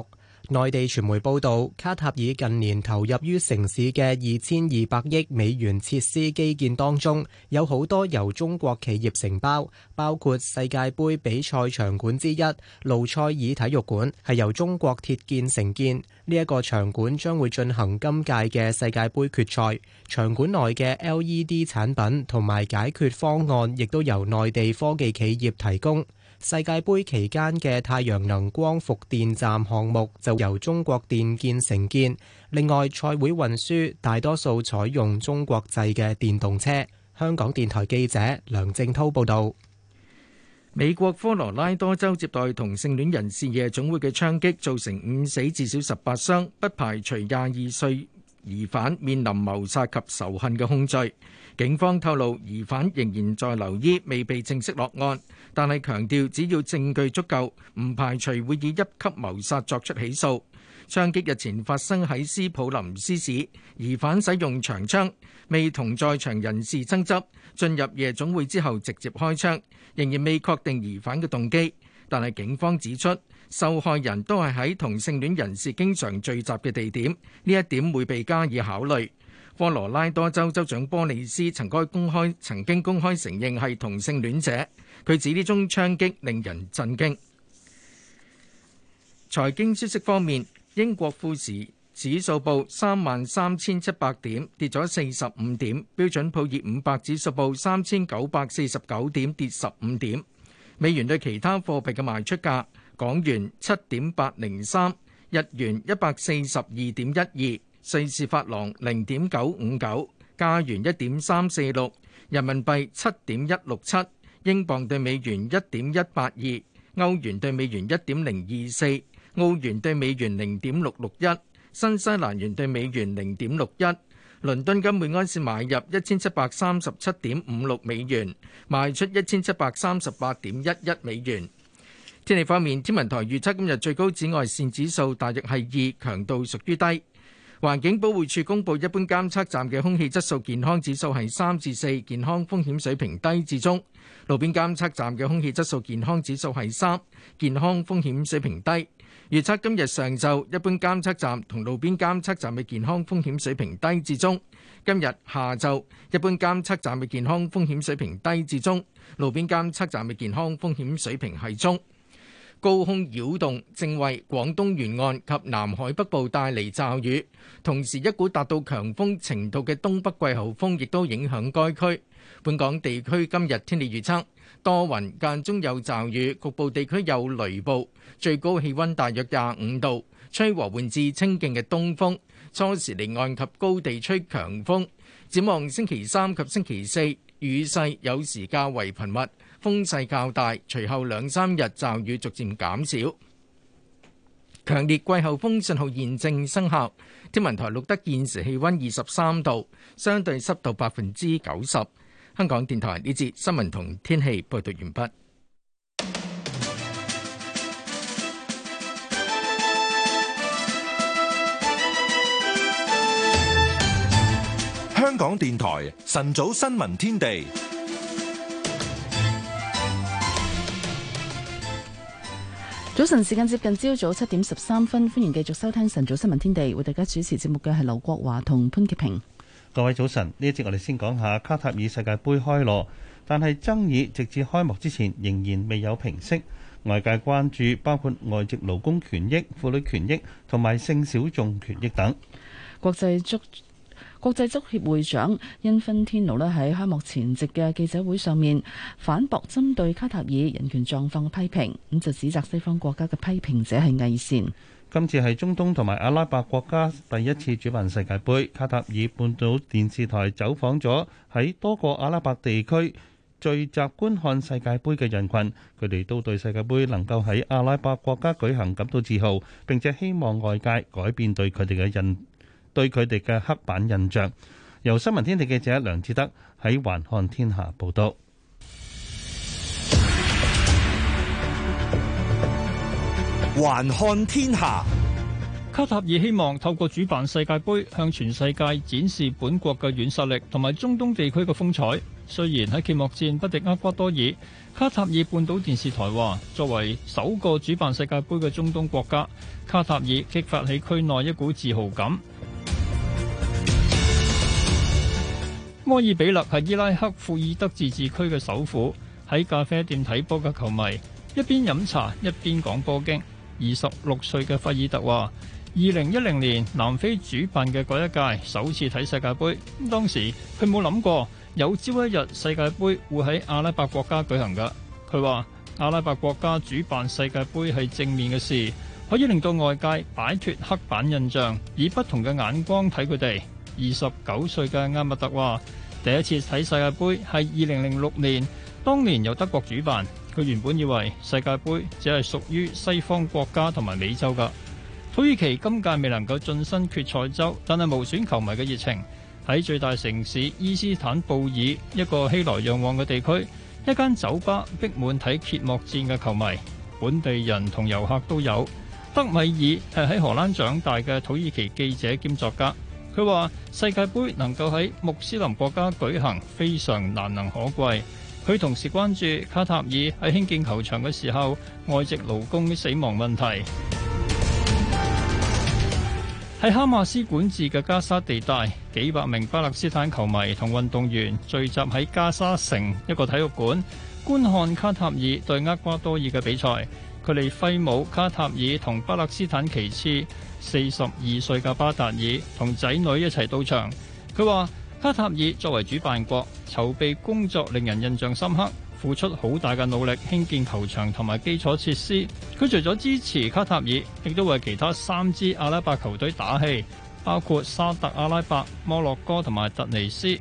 內地傳媒報道，卡塔爾近年投入於城市嘅2200億美元設施基建當中，有好多由中國企業承包，包括世界盃比賽場館之一盧塞爾體育館係由中國鐵建承建。呢一個場館將會進行今屆嘅世界盃決賽，場館內嘅 LED 產品同埋解決方案亦都由內地科技企業提供。世界盃期間嘅太陽能光伏電站項目就由中國電建承建。另外，賽會運輸大多數採用中國製嘅電動車。香港電台記者梁正滔報導。 美國科羅拉多州接待同性戀人士夜總會嘅槍擊造成5死至少18傷，不排除22歲疑犯面臨謀殺及仇恨嘅控罪。警方透露疑犯仍然在留醫，未被正式落案，但係強調只要證據足夠，唔排除會以一級謀殺作出起訴。槍擊日前發生喺斯普林斯市，疑犯使用長槍，未同在場人士爭執，進入夜總會之後直接開槍，仍然未確定疑犯嘅動機。但係警方指出，受害人都係喺同性戀人士經常聚集嘅地點，呢一點會被加以考慮。科羅拉多州州長波利斯曾經公開承認係同性戀者，佢指呢宗槍擊令人震驚。財經消息方面，英國富時指數報33,700點，跌咗45點；標準普爾500指數報3,949點，跌15點。美元對其他貨幣嘅賣出價：港元7.803，日元142.12，瑞士法郎0.959，加元1.346，人民幣7.167，英鎊對美元1.182，歐元對美元1.024，澳元對美元0.661，新西蘭元對美元0.61。倫敦金每盎司買入1737.56美元，賣出1738.11美元。天氣方面，天文台預測今日最高紫外線指數大約係2，強度屬於低。環境保護署公布一般監測站嘅空氣質素健康指數係3至4，健康風險水平低至中。路邊監測站嘅空氣質素健康指數係3，健康風險水平低。預測今日上晝一般監測站同路邊監測站嘅健康風險水平低至中。今日下晝一般監測站嘅健康風險水平低至中，路邊監測站嘅健康風險水平係中。高空擾動正為廣東沿岸及南海北部帶嚟驟雨，同時一股達到強風程度嘅東北季候風亦都影響該區。本港地區今日天氣預測，多雲間中有驟雨，局部地區有雷暴，最高氣溫大約25度，吹和緩至清勁嘅東風，初時離岸及高地吹強風。展望星期3及星期4，雨勢有時較為頻密，風勢較大，隨後2-3日驟雨逐漸減少。強烈季候風信號現正生效。天文台錄得現時氣溫23度，相對濕度90%。香港電台呢節新聞同天氣報道完畢。 香港電台晨早新聞天地。 早晨時間接近朝早7點13分，歡迎繼續收聽晨早新聞天地，為大家主持節目嘅係劉國華同潘潔平。 各位早晨，呢一節我哋先講下卡塔爾世界盃開鑼，但係爭議直至開幕之前仍然未有平息，外界關注包括外籍勞工權益、婦女權益同埋性小眾權益等。 國際足協會長因芬天奴喺開幕前夕嘅記者會上面反駁針對卡塔爾人權狀況嘅批評，咁就指責西方國家嘅批評者係偽善。 今次係中東同埋阿拉伯國家第一次主辦世界盃，卡塔爾半島電視台走訪咗喺多個阿拉伯地區聚集觀看世界盃嘅人群，佢哋都對世界盃能夠喺阿拉伯國家舉行感到自豪，並且希望外界改變對佢哋嘅刻板印象。由新聞天地記者梁志德喺環看天下報道。 環看天下， 卡塔爾希望透過主辦世界盃向全世界展示本國嘅軟實力同埋中東地區嘅風采。 雖然喺揭幕戰不敵厄瓜多爾，卡塔爾半島電視台話，作為首個主辦世界盃嘅中東國家，卡塔爾激發起區內一股自豪感。摩爾比勒係伊拉克庫爾德自治區嘅首府，喺咖啡店睇波嘅球迷一邊飲茶一邊講波經。26歲嘅費爾特話：2010年南非主辦嘅嗰一屆首次睇世界盃，當時佢冇諗過有朝一日世界盃會喺阿拉伯國家舉行㗎。佢話阿拉伯國家主辦世界盃係正面嘅事，可以令到外界擺脫黑板印象，以不同嘅眼光睇佢哋。29歲嘅阿密特話：第一次睇世界盃係2006年，當年由德國主辦。佢原本以為世界盃只係屬於西方國家同埋美洲㗎。土耳其今屆未能夠晉身決賽周，但係無損球迷嘅熱情。喺最大城市伊斯坦布爾一個熙來攘往嘅地區，一間酒吧逼滿睇揭幕戰嘅球迷，本地人同遊客都有。德米爾係喺荷蘭長大嘅土耳其記者兼作家，佢話世界盃能夠喺穆斯林國家舉行非常難能可貴。佢同時關注卡塔爾喺興建球場嘅時候外籍勞工嘅死亡問題。喺哈馬斯管治嘅加沙地帶，幾百名巴勒斯坦球迷同運動員聚集喺加沙城一個體育館觀看卡塔爾對厄瓜多爾嘅比賽。佢哋揮舞卡塔爾同巴勒斯坦旗幟。42歲嘅巴達爾同仔女一齊到場。佢話卡塔爾作為主辦國，籌備工作令人印象深刻，付出好大嘅努力興建球場同埋基礎設施。佢除咗支持卡塔爾，亦都為其他3支阿拉伯球隊打氣，包括沙特阿拉伯、摩洛哥同埋突尼斯。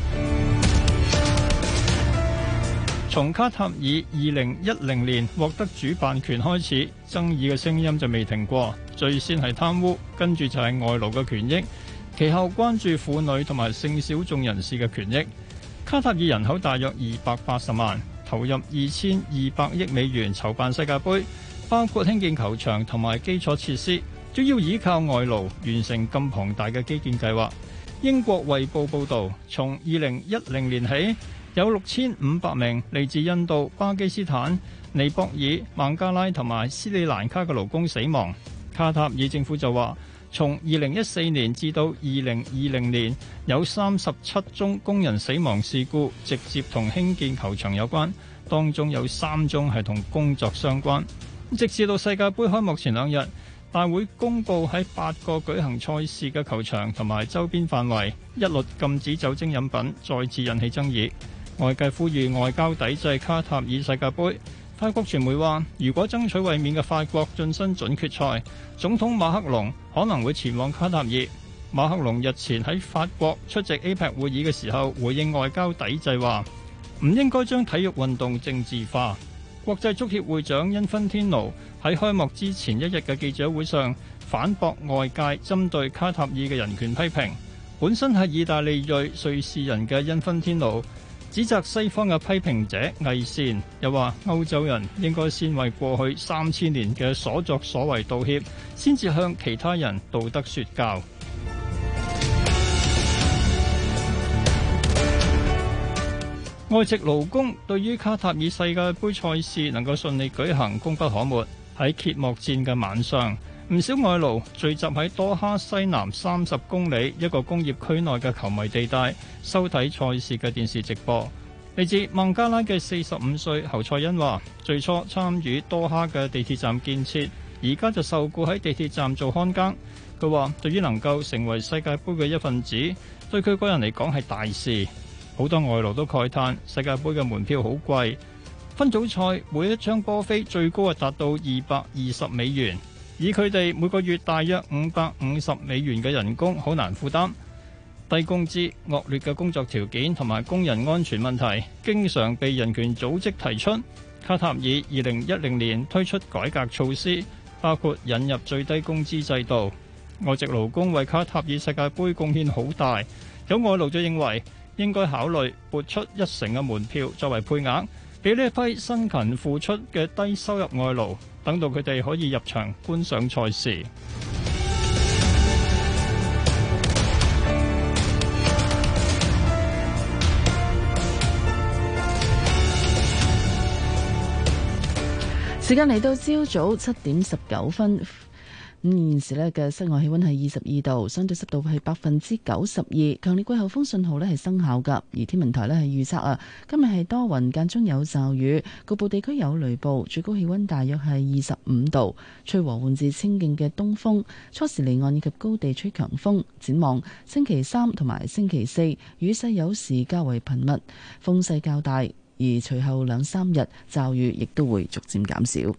從卡塔爾2010年獲得主辦權開始，爭議嘅聲音就未停過。最先係貪污，跟住就係外勞嘅權益，其後關注婦女同埋性小眾人士嘅權益。卡塔爾人口大約280萬，投入2200億美元籌辦世界盃，包括興建球場同埋基礎設施，主要依靠外勞完成咁龐大嘅基建計劃。英國衛報報導，從2010年起，有6500名嚟自印度、巴基斯坦、尼泊爾、孟加拉同埋斯里蘭卡嘅勞工死亡。卡塔爾政府就話，從2014年至到2020年，有37宗工人死亡事故直接同興建球場有關，當中有3宗係同工作相關。直至到世界盃開幕前2日，大會公佈喺8個舉行賽事嘅球場同埋周邊範圍一律禁止酒精飲品，再次引起爭議。外界呼籲外交抵制卡塔爾世界盃。法國傳媒話，如果爭取衛冕嘅法國晉身準決賽，總統馬克龍可能會前往卡塔爾。馬克龍日前喺法國出席 APEC 會議嘅時候，回應外交抵制話，唔應該將體育運動政治化。國際足協會長因芬天奴喺開幕之前一日嘅記者會上反駁外界針對卡塔爾嘅人權批評。本身係意大利裔瑞士人嘅因芬天奴指責西方嘅批評者偽善，又話歐洲人應該先為過去3000年嘅所作所為道歉，先至向其他人道德說教。外籍勞工對於卡塔爾世界盃賽事能夠順利舉行功不可沒。喺揭幕戰嘅晚上，唔少外勞聚集喺多哈西南30公里一個工業區內嘅球迷地帶，收睇賽事嘅電視直播。嚟自孟加拉嘅45歲侯賽恩話，最初參與多哈嘅地鐵站建設，而家就受雇喺地鐵站做看更。佢話對於能夠成為世界盃嘅一份子，對佢個人嚟講係大事。好多外勞都慨嘆世界盃嘅門票好貴，分組賽每一張波飛最高係達到220美元。以佢哋每個月大約550美元嘅人工，好難負擔。低工資、惡劣嘅工作條件同埋工人安全問題，經常被人權組織提出。卡塔爾2010年推出改革措施，包括引入最低工資制度。外籍勞工為卡塔爾世界盃貢獻好大，有外勞就認為應該考慮撥出1成嘅門票作為配額，俾呢一批辛勤付出嘅低收入外勞，等到佢哋可以入場觀賞賽事。 時間嚟到朝早7:19。現時咧嘅室外氣溫係22度，相對濕度係92%，強烈季候風信號咧係生效㗎。而天文台咧係預測今日係多雲間中有驟雨，局部地區有雷暴，最高氣溫大約係25度，吹和緩至清勁嘅東風，初時離岸以及高地吹強風。展望星期3同埋星期4，雨勢有時較為頻密，風勢較大，而隨後2-3日驟雨亦都會逐漸減少。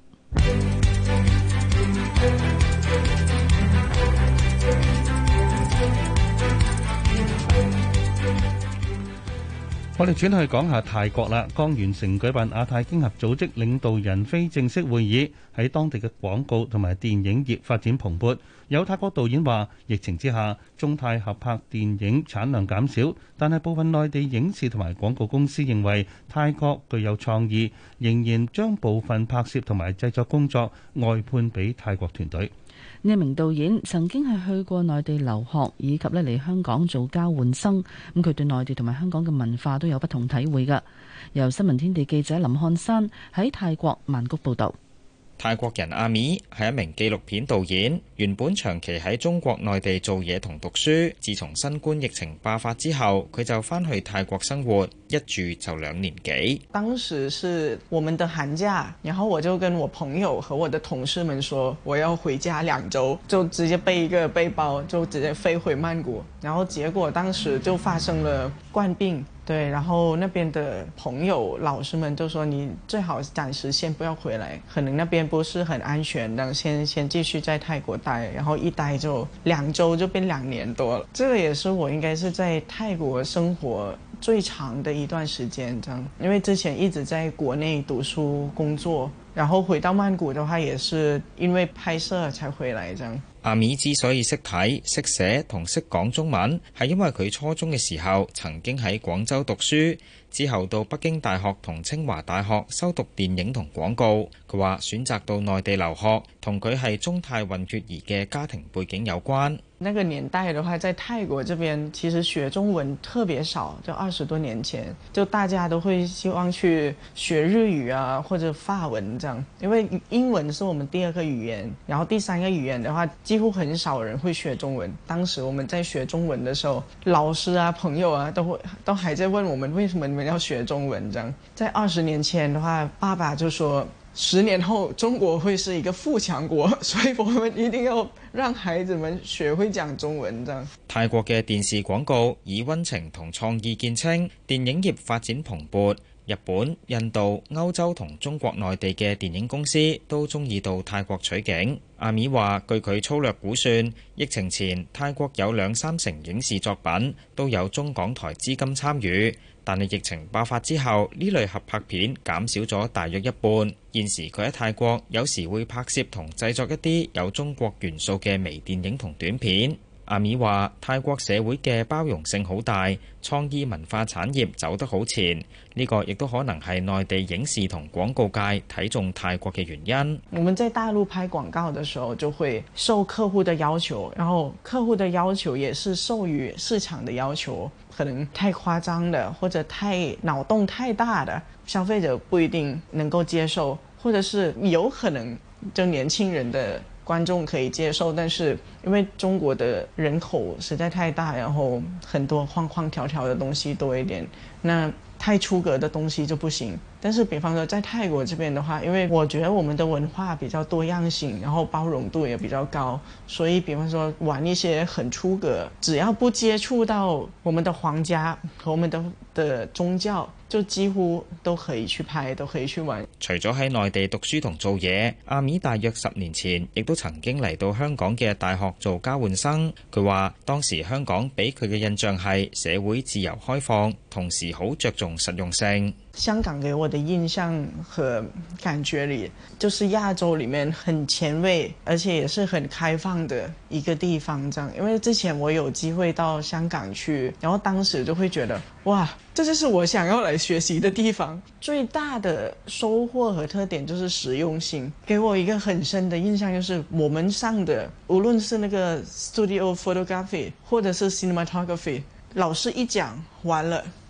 我哋轉去講下泰國啦，剛完成舉辦亞太經合組織領導人非正式會議，喺當地嘅廣告同埋電影業發展蓬勃。有泰國導演話，疫情之下，中泰合拍電影產量減少，但係部分內地影視同埋廣告公司認為泰國具有創意，仍然將部分拍攝同埋製作工作外判俾泰國團隊。 呢一名導演曾經係去過內地留學，以及嚟香港做交換生。咁佢對內地同埋香港嘅文化都有不同體會㗎。由新聞天地記者林漢山喺泰國曼谷報導。 泰國人阿米係一名紀錄片導演，原本長期喺中國內地做嘢同讀書。自從新冠疫情爆發之後，佢就返去泰國生活，一住就2年幾。 當時是我們的寒假，然後我就跟我朋友和我的同事們說，我要回家2週，就直接背一個背包，就直接飛回曼谷。然後結果當時就發生了冠病。對，然後那邊的朋友、老師們就說你最好暫時先不要回來，可能那邊不是很安全的，先繼續在泰國待，然後一待就2週就變2年多了。這個也是我應該是在泰國生活最長的一段時間，這樣，因為之前一直在國內讀書工作，然後回到曼谷的話，也是因為拍攝才回來，這樣。 阿米之所以識睇、識寫同識講中文，係因為佢初中嘅時候曾經喺廣州讀書，之後到北京大學同清華大學修讀電影同廣告。佢話選擇到內地留學，同佢係中泰混血兒嘅家庭背景有關。 那個年代的話，在泰國這邊其實學中文特別少，就20多年前，就大家都會希望去學日語啊，或者法文這樣，因為英文是我們第2個語言，然後第3個語言的話，幾乎很少人會學中文。當時我們在學中文的時候，老師啊、朋友啊，都還在問我們為什麼你們要學中文這樣。在20年前的話，爸爸就說10年後中國會是一個富強國，所以我們一定要讓孩子們學會講中文。這樣。 泰國嘅電視廣告以溫情同創意見稱，電影業發展蓬勃。日本、印度、歐洲同中國內地嘅電影公司都中意到泰國取景。阿米話：據佢粗略估算，疫情前泰國有2-3成影視作品都有中港台資金參與，但係疫情爆發之後，呢類合拍片減少咗大約一半。現時佢喺泰國有時會拍攝同製作一啲有中國元素嘅微電影同短片。阿米話：泰國社會嘅包容性好大，創意文化產業走得好前，呢個亦都可能係內地影視同廣告界睇中泰國嘅原因。 我們在大陸拍廣告的時候，就會受客戶的要求，然後客戶的要求也是受於市場的要求，可能太誇張的或者太腦洞太大的，消費者不一定能夠接受，或者是有可能就年輕人的觀眾可以接受，但是因為中國的人口實在太大，然後很多框框條條的東西多一點，那太出格的東西就不行。但是比方說在泰國這邊的話，因為我覺得我們的文化比較多樣性，然後包容度也比較高，所以比方說玩一些很出格，只要不接觸到我們的皇家和我們的宗教，就幾乎都可以去拍，都可以去玩。 除咗喺內地讀書同做嘢，阿米大約10年前亦都曾經嚟到香港嘅大學做交換生。佢話當時香港俾佢嘅印象係社會自由開放，同時好着重實用性。 香港給我的印象和感覺裡，就是亞洲裡面很前衛，而且也是很開放的一個地方。這樣，因為之前我有機會到香港去，然後當時就會覺得，哇，這就是我想要來學習的地方。最大的收穫和特點就是實用性，給我一個很深的印象，就是我們上的無論是那個 studio photography 或者是 cinematography，老師一講完了，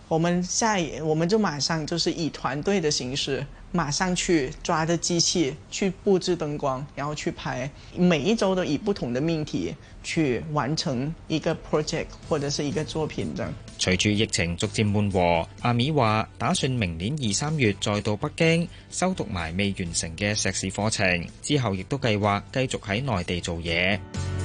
我們就馬上就是以團隊的形式，馬上去抓着機器去佈置燈光，然後去拍，每一週都以不同的命題去完成一個 project 或者是一個作品的。 隨住疫情逐漸緩和，阿米話打算明年2、3月再到北京修讀埋未完成嘅碩士課程，之後亦都計劃繼續喺內地做嘢。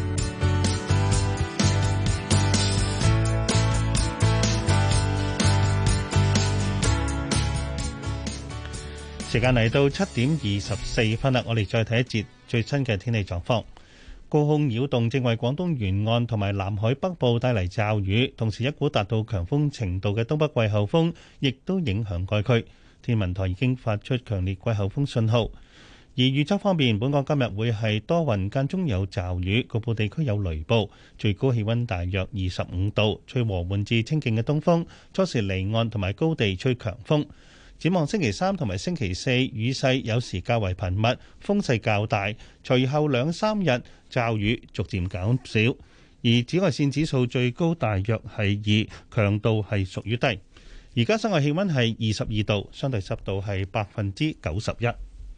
時間嚟到7:24啦，我哋再睇一節最新嘅天氣狀況。高空擾動正為廣東沿岸同埋南海北部帶嚟驟雨，同時一股達到強風程度嘅東北季候風亦都影響該區。天文台已經發出強烈季候風信號。而預測方面，本港今日會係多雲間中有驟雨，局部地區有雷暴，最高氣溫大約25度，吹和緩至清勁嘅東風，初時離岸同埋高地吹強風。展望星期三同埋星期四，雨勢有時較為頻密，風勢較大。隨後2、3日驟雨逐漸減少，而紫外線指數最高大約係2，強度係屬於低。而家室外氣溫係22度，相對濕度係91%。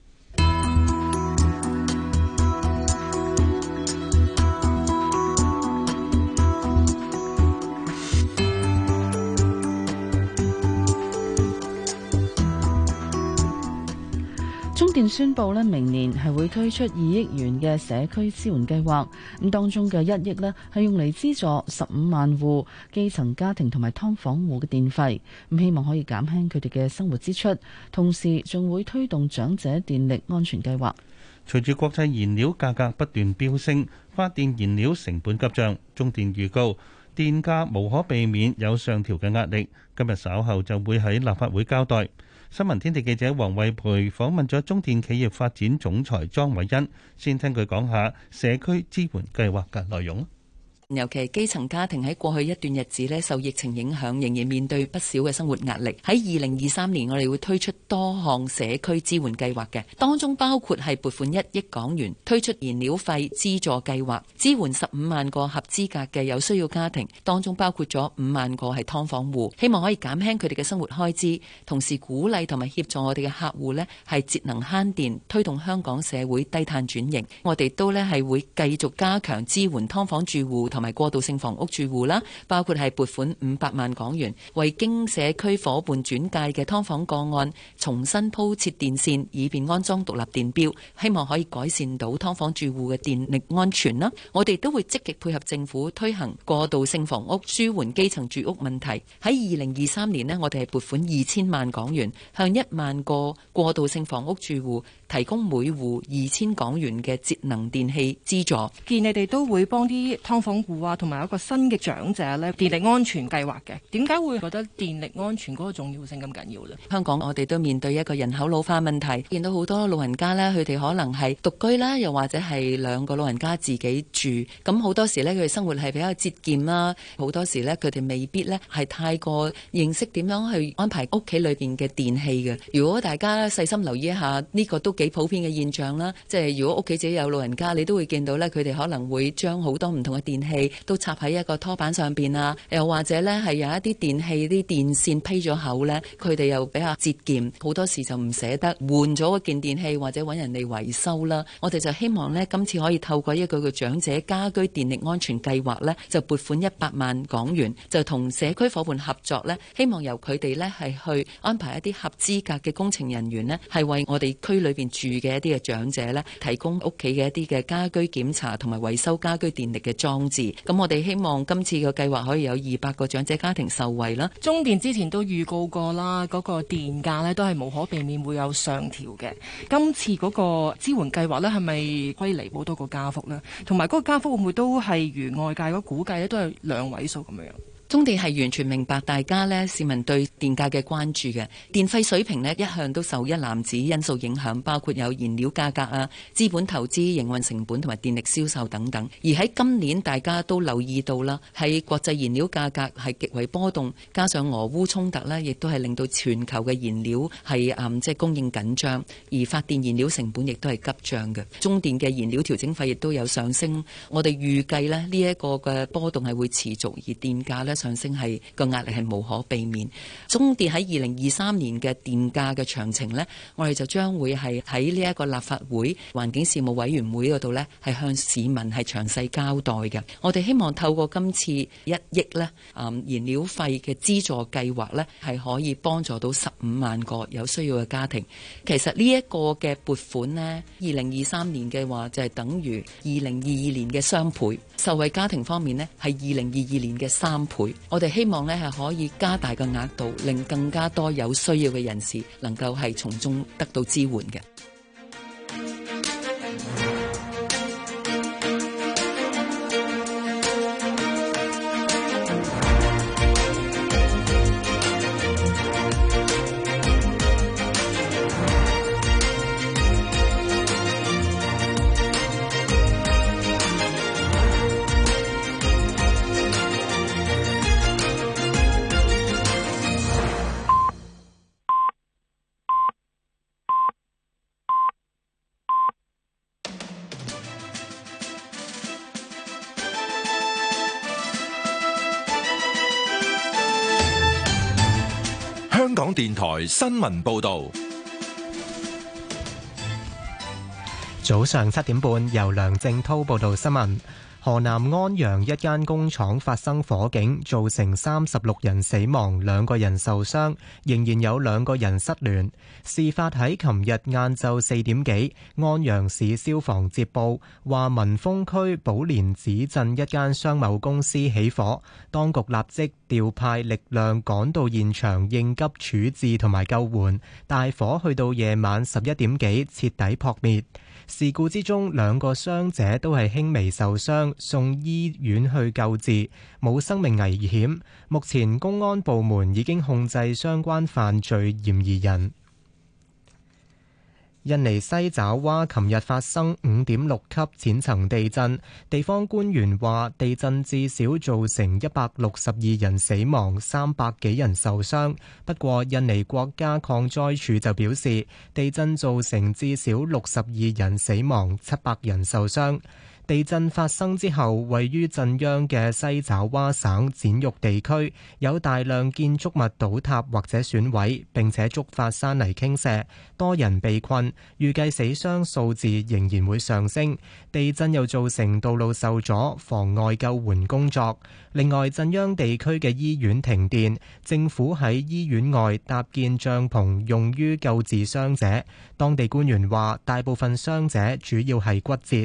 中電宣布咧，明年係會推出2億元嘅社區支援計劃，咁當中嘅1億咧係用嚟資助15萬戶基層家庭同埋劏房戶嘅電費，咁希望可以減輕佢哋嘅生活支出，同時仲會推動長者電力安全計劃。 隨住國際燃料價格不斷飆升，發電燃料成本急漲，中電預告電價無可避免有上調嘅壓力。今日稍後就會喺立法會交代。新聞天地記者黃慧培訪問咗中電企業發展總裁莊偉欣，先聽佢講下社區支援計劃嘅內容。 尤其基層家庭喺過去一段日子咧，受疫情影響，仍然面對不少嘅生活壓力。喺2023年，我哋會推出多項社區支援計劃嘅，當中包括係撥款1億港元推出燃料費資助計劃，支援15萬個合資格嘅有需要家庭，當中包括咗5萬個係劏房戶，希望可以減輕佢哋嘅生活開支，同時鼓勵同埋協助我哋嘅客戶呢係節能慳電，推動香港社會低碳轉型。我哋都呢係會繼續加強支援劏房住戶同埋過渡性房屋住戶啦，包括係撥款500萬港元，為經社區夥伴轉介嘅劏房個案重新鋪設電線，以便安裝獨立電錶，希望可以改善到劏房住戶嘅電力安全啦。我哋都會積極配合政府推行過渡性房屋，舒緩基層住屋問題。喺2023年呢，我哋係撥款2000萬港元，向1萬個過渡性房屋住戶提供每戶2000港元嘅節能電器資助。 見你哋都會幫啲劏房戶啊，同埋一個新嘅長者咧，電力安全計劃嘅，點解會覺得電力安全嗰個重要性咁緊要呢？ 香港我哋都面對一個人口老化問題，見到好多老人家呢，佢哋可能係獨居啦，又或者係2個老人家自己住，咁好多時呢，佢哋生活係比較節儉啦，好多時呢，佢哋未必呢係太過認識點樣去安排屋企裏邊嘅電器嘅。如果大家細心留意一下，呢個都幾普遍嘅現象啦，即係如果屋企自己有老人家，你都會見到呢，佢哋可能會將好多唔同嘅電器都插喺一個拖板上邊啊，又或者呢係有一啲電器啲電線披咗口呢，佢哋又比較節儉，好多時就唔捨得換咗嗰件電器或者揾人嚟維修啦。我哋就希望呢，今次可以透過一個嘅長者家居電力安全計劃呢，就撥款100萬港元，就同社區夥伴合作呢，希望由佢哋呢係去安排一啲合資格嘅工程人員呢，係為我哋區裏邊住嘅一啲嘅長者呢，提供屋企嘅一啲嘅家居檢查同埋維修家居電力嘅裝置。咁我哋希望今次嘅計劃可以有200個長者家庭受惠啦。 中電之前都預告過啦，嗰個電價呢都係無可避免會有上調嘅。今次嗰個支援計劃呢，係咪可以彌補到個加幅呢？同埋嗰個加幅會唔會都係如外界嗰估計呢，都係2位數咁樣？ 中電係完全明白大家呢市民對電價嘅關注嘅，電費水平呢一向都受一籃子因素影響，包括有燃料價格啊、資本投資、營運成本同埋電力銷售等等。而喺今年大家都留意到啦，喺國際燃料價格係極為波動，加上俄烏衝突呢，亦都係令到全球嘅燃料係即係供應緊張，而發電燃料成本亦都係急漲嘅。中電嘅燃料調整費亦都有上升，我哋預計呢一個嘅波動係會持續，而電價呢上升係個壓力係無可避免。中電喺2023年嘅電價嘅詳情呢，我哋就將會係喺呢一個立法會環境事務委員會嗰度呢，係向市民係詳細交代嘅。我哋希望透過今次1億呢燃料費嘅資助計劃呢，係可以幫助到15萬個有需要嘅家庭。其實呢一個嘅撥款呢，2023年嘅話就係等於2022年嘅雙倍。受惠家庭方面呢，係2022年嘅3倍。我哋希望呢係可以加大個額度，令更加多有需要嘅人士能夠係從中得到支援嘅。 香港電台新聞報道， 早上7點半，由梁正滔報道新聞。河南安陽一間工廠發生火警，造成36人死亡，2個人受傷，仍然有2個人失聯。事發喺琴日晏晝4點幾，安陽市消防接報，話民豐區寶蓮寺鎮一間商貿公司起火，當局立即調派力量趕到現場應急處置同埋救援，大火去到夜晚11點幾徹底撲滅。事故之中，2個傷者都係輕微受傷，送醫院去救治，冇生命危險。目前公安部門已經控制相關犯罪嫌疑人。印尼西爪哇琴日發生5.6級淺層地震，地方官員話地震至少造成162人死亡，300幾人受傷。不過印尼國家抗災處就表示，地震造成至少62人死亡，700人受傷。地震發生之後，位於震央嘅西爪哇省展玉地區有大量建築物倒塌或者損毀，並且觸發山泥傾瀉，多人被困，預計死傷數字仍然會上升。地震又造成道路受阻，妨礙救援工作。另外，震央地區嘅醫院停電，政府喺醫院外搭建帳篷用於救治傷者。當地官員話，大部分傷者主要係骨折。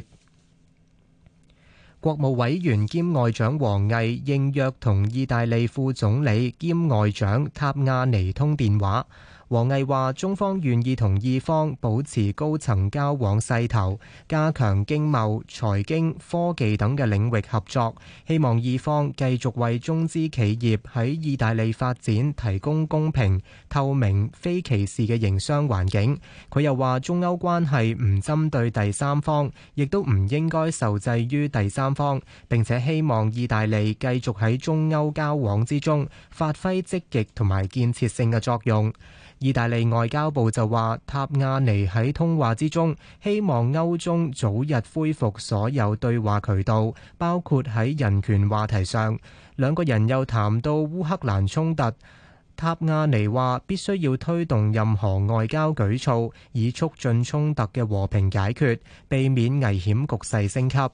國務委員兼外長王毅應約同意大利副總理兼外長塔亞尼通電話。王毅話：中方願意同意方保持高層交往勢頭，加強經貿、財經、科技等嘅領域合作，希望意方繼續為中資企業喺意大利發展提供公平、透明、非歧視嘅營商環境。佢又話：中歐關係唔針對第三方，亦都唔應該受制於第三方，並且希望意大利繼續喺中歐交往之中發揮積極同埋建設性嘅作用。意大利外交部就話，塔亞尼喺通話之中希望歐中早日恢復所有對話渠道，包括喺人權話題上。兩個人又談到烏克蘭衝突，塔亞尼話必須要推動任何外交舉措，以促進衝突嘅和平解決，避免危險局勢升級。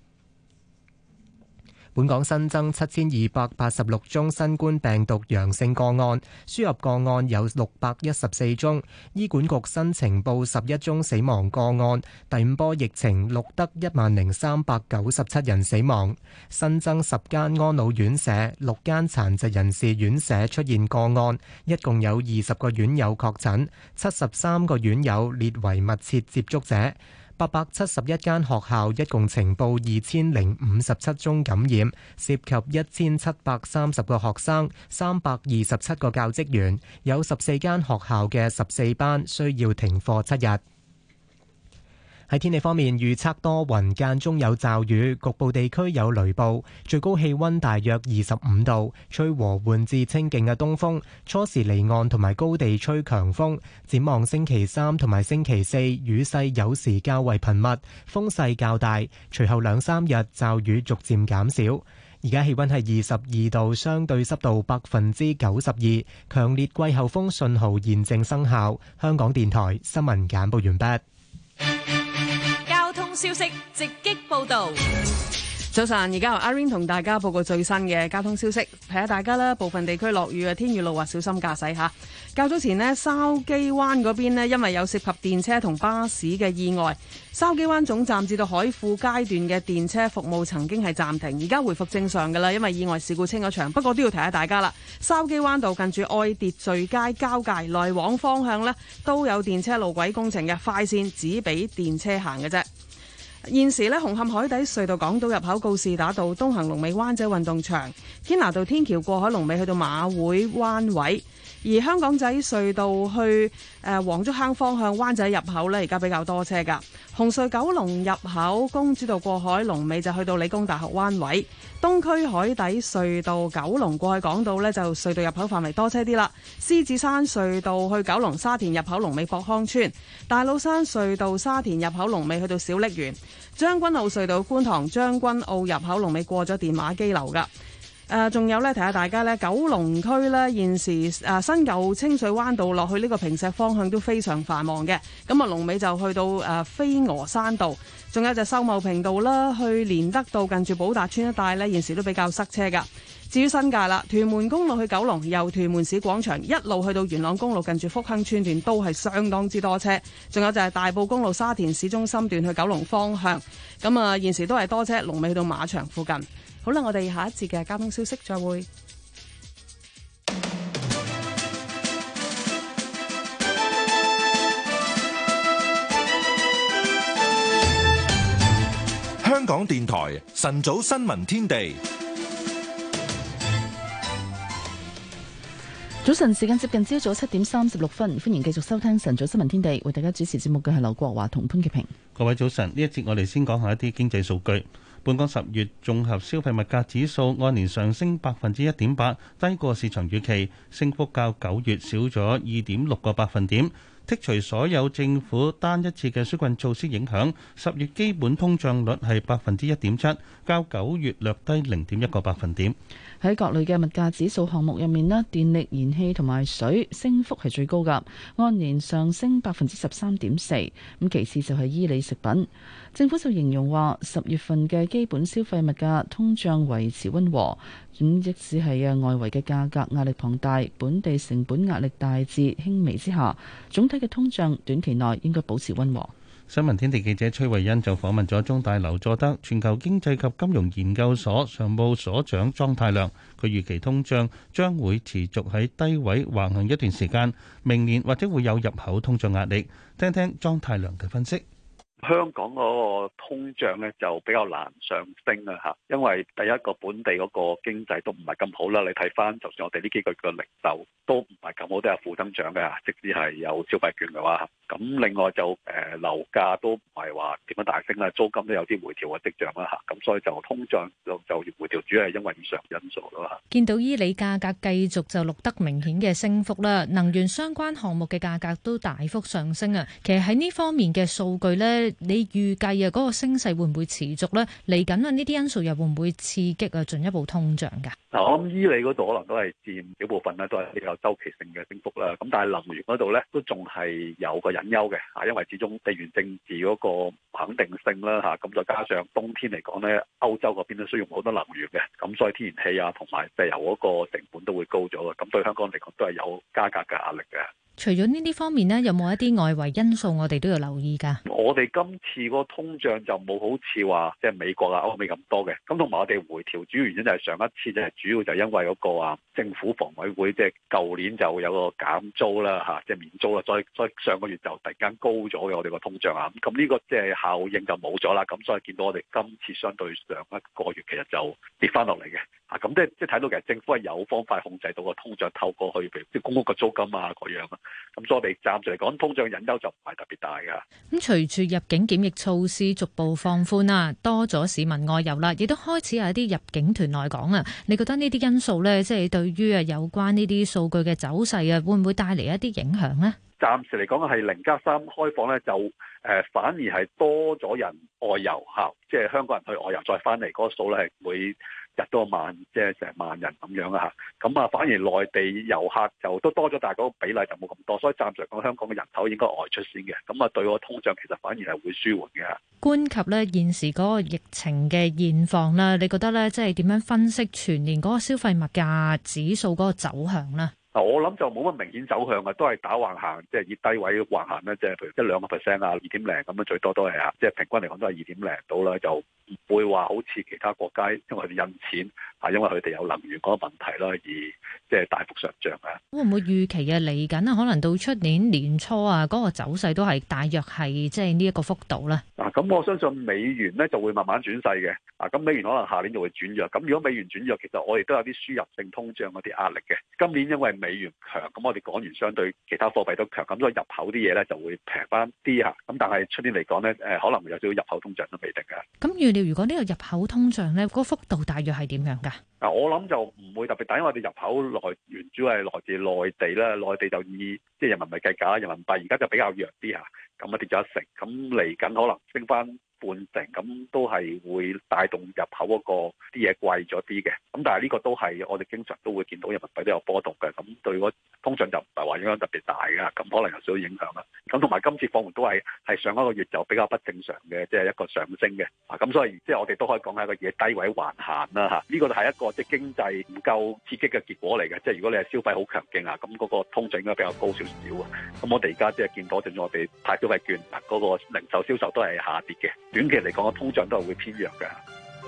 本港新增7286宗新冠病毒陽性個案，輸入個案有614宗。醫管局新呈報11宗死亡個案，第5波疫情錄得10,397人死亡。新增10間安老院舍、6間殘疾人士院舍出現個案，一共有20個院友確診，73個院友列為密切接觸者。871間學校一共呈報2057宗感染，涉及1730個學生、327個教職員，有14間學校嘅14班需要停課7日。喺天氣方面，預測多雲間中有驟雨，局部地區有雷暴，最高氣溫大約25度，吹和緩至清勁嘅東風，初時離岸同埋高地吹強風。展望星期3同埋星期4，雨勢有時較為頻密，風勢較大，隨後2-3日驟雨逐漸減少。 而家氣溫係22度，相對濕度92%，強烈季候風信號現正生效。香港電台新聞簡報完畢。 交通消息直擊報道。 早晨，而家由阿 Rain 同大家報告最新嘅交通消息，提下大家啦。部分地區落雨嘅天雨路滑，小心駕駛嚇。較早前呢，筲箕灣嗰邊呢，因為有涉及電車同巴士嘅意外，筲箕灣總站至到海富階段嘅電車服務曾經係暫停，而家回復正常㗎啦。因為意外事故清咗場，不過都要提下大家啦。筲箕灣道近住愛秩序街交界來往方向呢，都有電車路軌工程嘅，快線只俾電車行嘅啫。現時呢，紅磡海底隧道港島入口告士打道東行龍尾灣仔運動場，堅拿道天橋過海龍尾去到馬會灣位，而香港仔隧道去黃竹坑方向灣仔入口呢，而家比較多車㗎。紅隧九龍入口公主道過海龍尾就去到理工大學灣位，東區海底隧道九龍過去港島呢，就隧道入口範圍多車啲啦。獅子山隧道去九龍沙田入口龍尾博康村，大老山隧道沙田入口龍尾去到小瀝源，將軍澳隧道觀塘將軍澳入口龍尾過咗電話機樓㗎。仲有咧，提下大家咧，九龍區咧現時新舊清水灣道落去呢個坪石方向都非常繁忙嘅。咁啊，龍尾就去到飛鵝山道，仲有就秀茂坪道啦，去連德道近住寶達邨一帶咧，現時都比較塞車噶。至於新界啦，屯門公路去九龍，由屯門市廣場一路去到元朗公路近住福亨村段都係相當之多車。仲有就係大埔公路沙田市中心段去九龍方向，咁啊現時都係多車，龍尾去到馬場附近。好啦，我哋下一節嘅交通消息再會。 香港電台晨早新聞天地。 早晨時間接近朝早7:36，歡迎繼續收聽晨早新聞天地，為大家主持節目嘅係劉國華同潘潔平。 各位早晨，呢一節我哋先講下一啲經濟數據。本港10月綜合消費物價指數按年上升1.8%，低過市場預期，升幅較9月少咗2.6個百分點。剔除所有政府單一次嘅紓困措施影響，10月基本通脹率係1.7%，較9月略低0.1個百分點。 喺各類嘅物價指數項目入面咧，電力、燃氣同埋水升幅係最高㗎，按年上升13.4%。咁其次就係衣履食品。政府就形容話，10月份嘅基本消費物價通脹維持溫和，咁即使係外圍嘅價格壓力龐大，本地成本壓力大致輕微之下，總體嘅通脹短期內應該保持溫和。 新聞天地記者崔慧欣就訪問咗中大劉佐德全球經濟及金融研究所常務所長莊太量，佢預期通脹將會持續喺低位橫行一段時間，明年或者會有入口通脹壓力。聽聽莊太量嘅分析。 香港嗰個通脹咧就比較難上升啊嚇，因為第一個本地嗰個經濟都唔係咁好啦。你睇翻，就算我哋呢幾個月嘅零售都唔係咁好，都有負增長嘅，即使係有消費券嘅話。咁另外就樓價都唔係話點樣大升啦，租金都有啲回調嘅跡象啦嚇。咁所以就通脹就回調，主要係因為以上因素咯嚇。 見到衣履價格繼續就錄得明顯嘅升幅啦，能源相關項目嘅價格都大幅上升啊。其實喺呢方面嘅數據咧，你預計啊嗰個升勢會唔會持續咧？嚟緊啊呢啲因素又會唔會刺激啊進一步通脹㗎？ 嗱，我諗衣履嗰度可能都係佔少部分咧，都係比較周期性嘅升幅啦。咁但係能源嗰度咧都仲係有個隱憂嘅嚇，因為始終地緣政治嗰個唔肯定性啦嚇，咁再加上冬天嚟講咧，歐洲嗰邊都需要好多能源嘅，咁所以天然氣啊同埋石油嗰個成本都會高咗嘅，咁對香港嚟講都係有加價嘅壓力嘅。 除咗呢啲方面呢，有冇一啲外圍因素我哋都要留意㗎？ 我哋今次嗰個通脹就冇好似話即係美國啊、歐美咁多嘅，咁同埋我哋回調主要原因就係上一次就係主要就因為嗰個政府房委會即係舊年就有個減租啦嚇，即係免租啦，所以上個月就突然間高咗嘅我哋個通脹啊，咁呢個即係效應就冇咗啦，咁所以見到我哋今次相對上一個月其實就跌翻落嚟嘅。啊，咁即係睇到其實政府係有方法控制到個通脹，透過去譬如即係公屋嘅租金啊嗰樣啊，咁所以我哋暫時嚟講通脹隱憂就唔係特別大㗎。 咁隨住入境檢疫措施逐步放寬啊，多咗市民外遊啦，亦都開始有一啲入境團來港啊。你覺得呢啲因素咧，即係對於有關呢啲數據嘅走勢啊，會唔會帶嚟一啲影響呢？ 暫時嚟講係0+3開放咧，就反而係多咗人外遊嚇，即係香港人去外遊再翻嚟嗰個數咧係會日都即係成萬人咁樣啊。咁啊，反而內地遊客就都多咗，但係嗰個比例就冇咁多，所以暫時嚟講，香港嘅人口應該外出先嘅。咁啊，對個通脹其實反而係會舒緩嘅。 觀及咧現時嗰個疫情嘅現況啦，你覺得咧即係點樣分析全年嗰個消費物價指數嗰個走向呢？ 我諗就冇乜明顯走向啊，都係打橫行，即係以低位橫行咧，即係譬如1-2%啊，2.0咁樣，最多都係啊，即係平均嚟講都係2.0到啦，就唔會話好似其他國家，因為佢哋印錢啊，因為佢哋有能源嗰個問題啦，而即係大幅上漲啊。 會唔會預期啊嚟緊啊，可能到出年年初啊，嗰個走勢都係大約係即係呢一個幅度咧？ 咁我相信美元咧就會慢慢轉勢嘅。咁美元可能下年就會轉弱。咁如果美元轉弱，其實我哋都有啲輸入性通脹嗰啲壓力嘅。今年因為美元強，咁我哋港元相對其他貨幣都強，咁所以入口啲嘢咧就會平翻啲嚇。咁但係出年嚟講咧，可能會有少少入口通脹都未定嘅。 咁預料如果呢個入口通脹咧，嗰個幅度大約係點樣㗎？ 我諗就唔會特別大，因為我哋入口來源主要係來自內地啦，內地就以即係人民幣計價，人民幣而家就比較弱啲嚇，咁啊跌咗1成，咁嚟緊可能升翻半成，咁都係會帶動入口嗰個啲嘢貴咗啲嘅。咁但係呢個都係我哋經常都會見到人民幣都有波動嘅，咁對個通脹就唔係話影響特別大嘅，咁可能有少少影響啦。咁同埋今次放緩都係上一個月就比較不正常嘅，即係一個上升嘅。咁所以即係我哋都可以講係一個嘢低位橫行啦嚇。呢個係一個即係經濟唔夠刺激嘅結果嚟嘅。即係如果你係消費好強勁啊，咁嗰個通脹應該比較高少少啊。咁我哋而家即係見到，正如我哋派消費券嗰個零售銷售都係下跌嘅。短期嚟講，個通脹都係會偏弱嘅。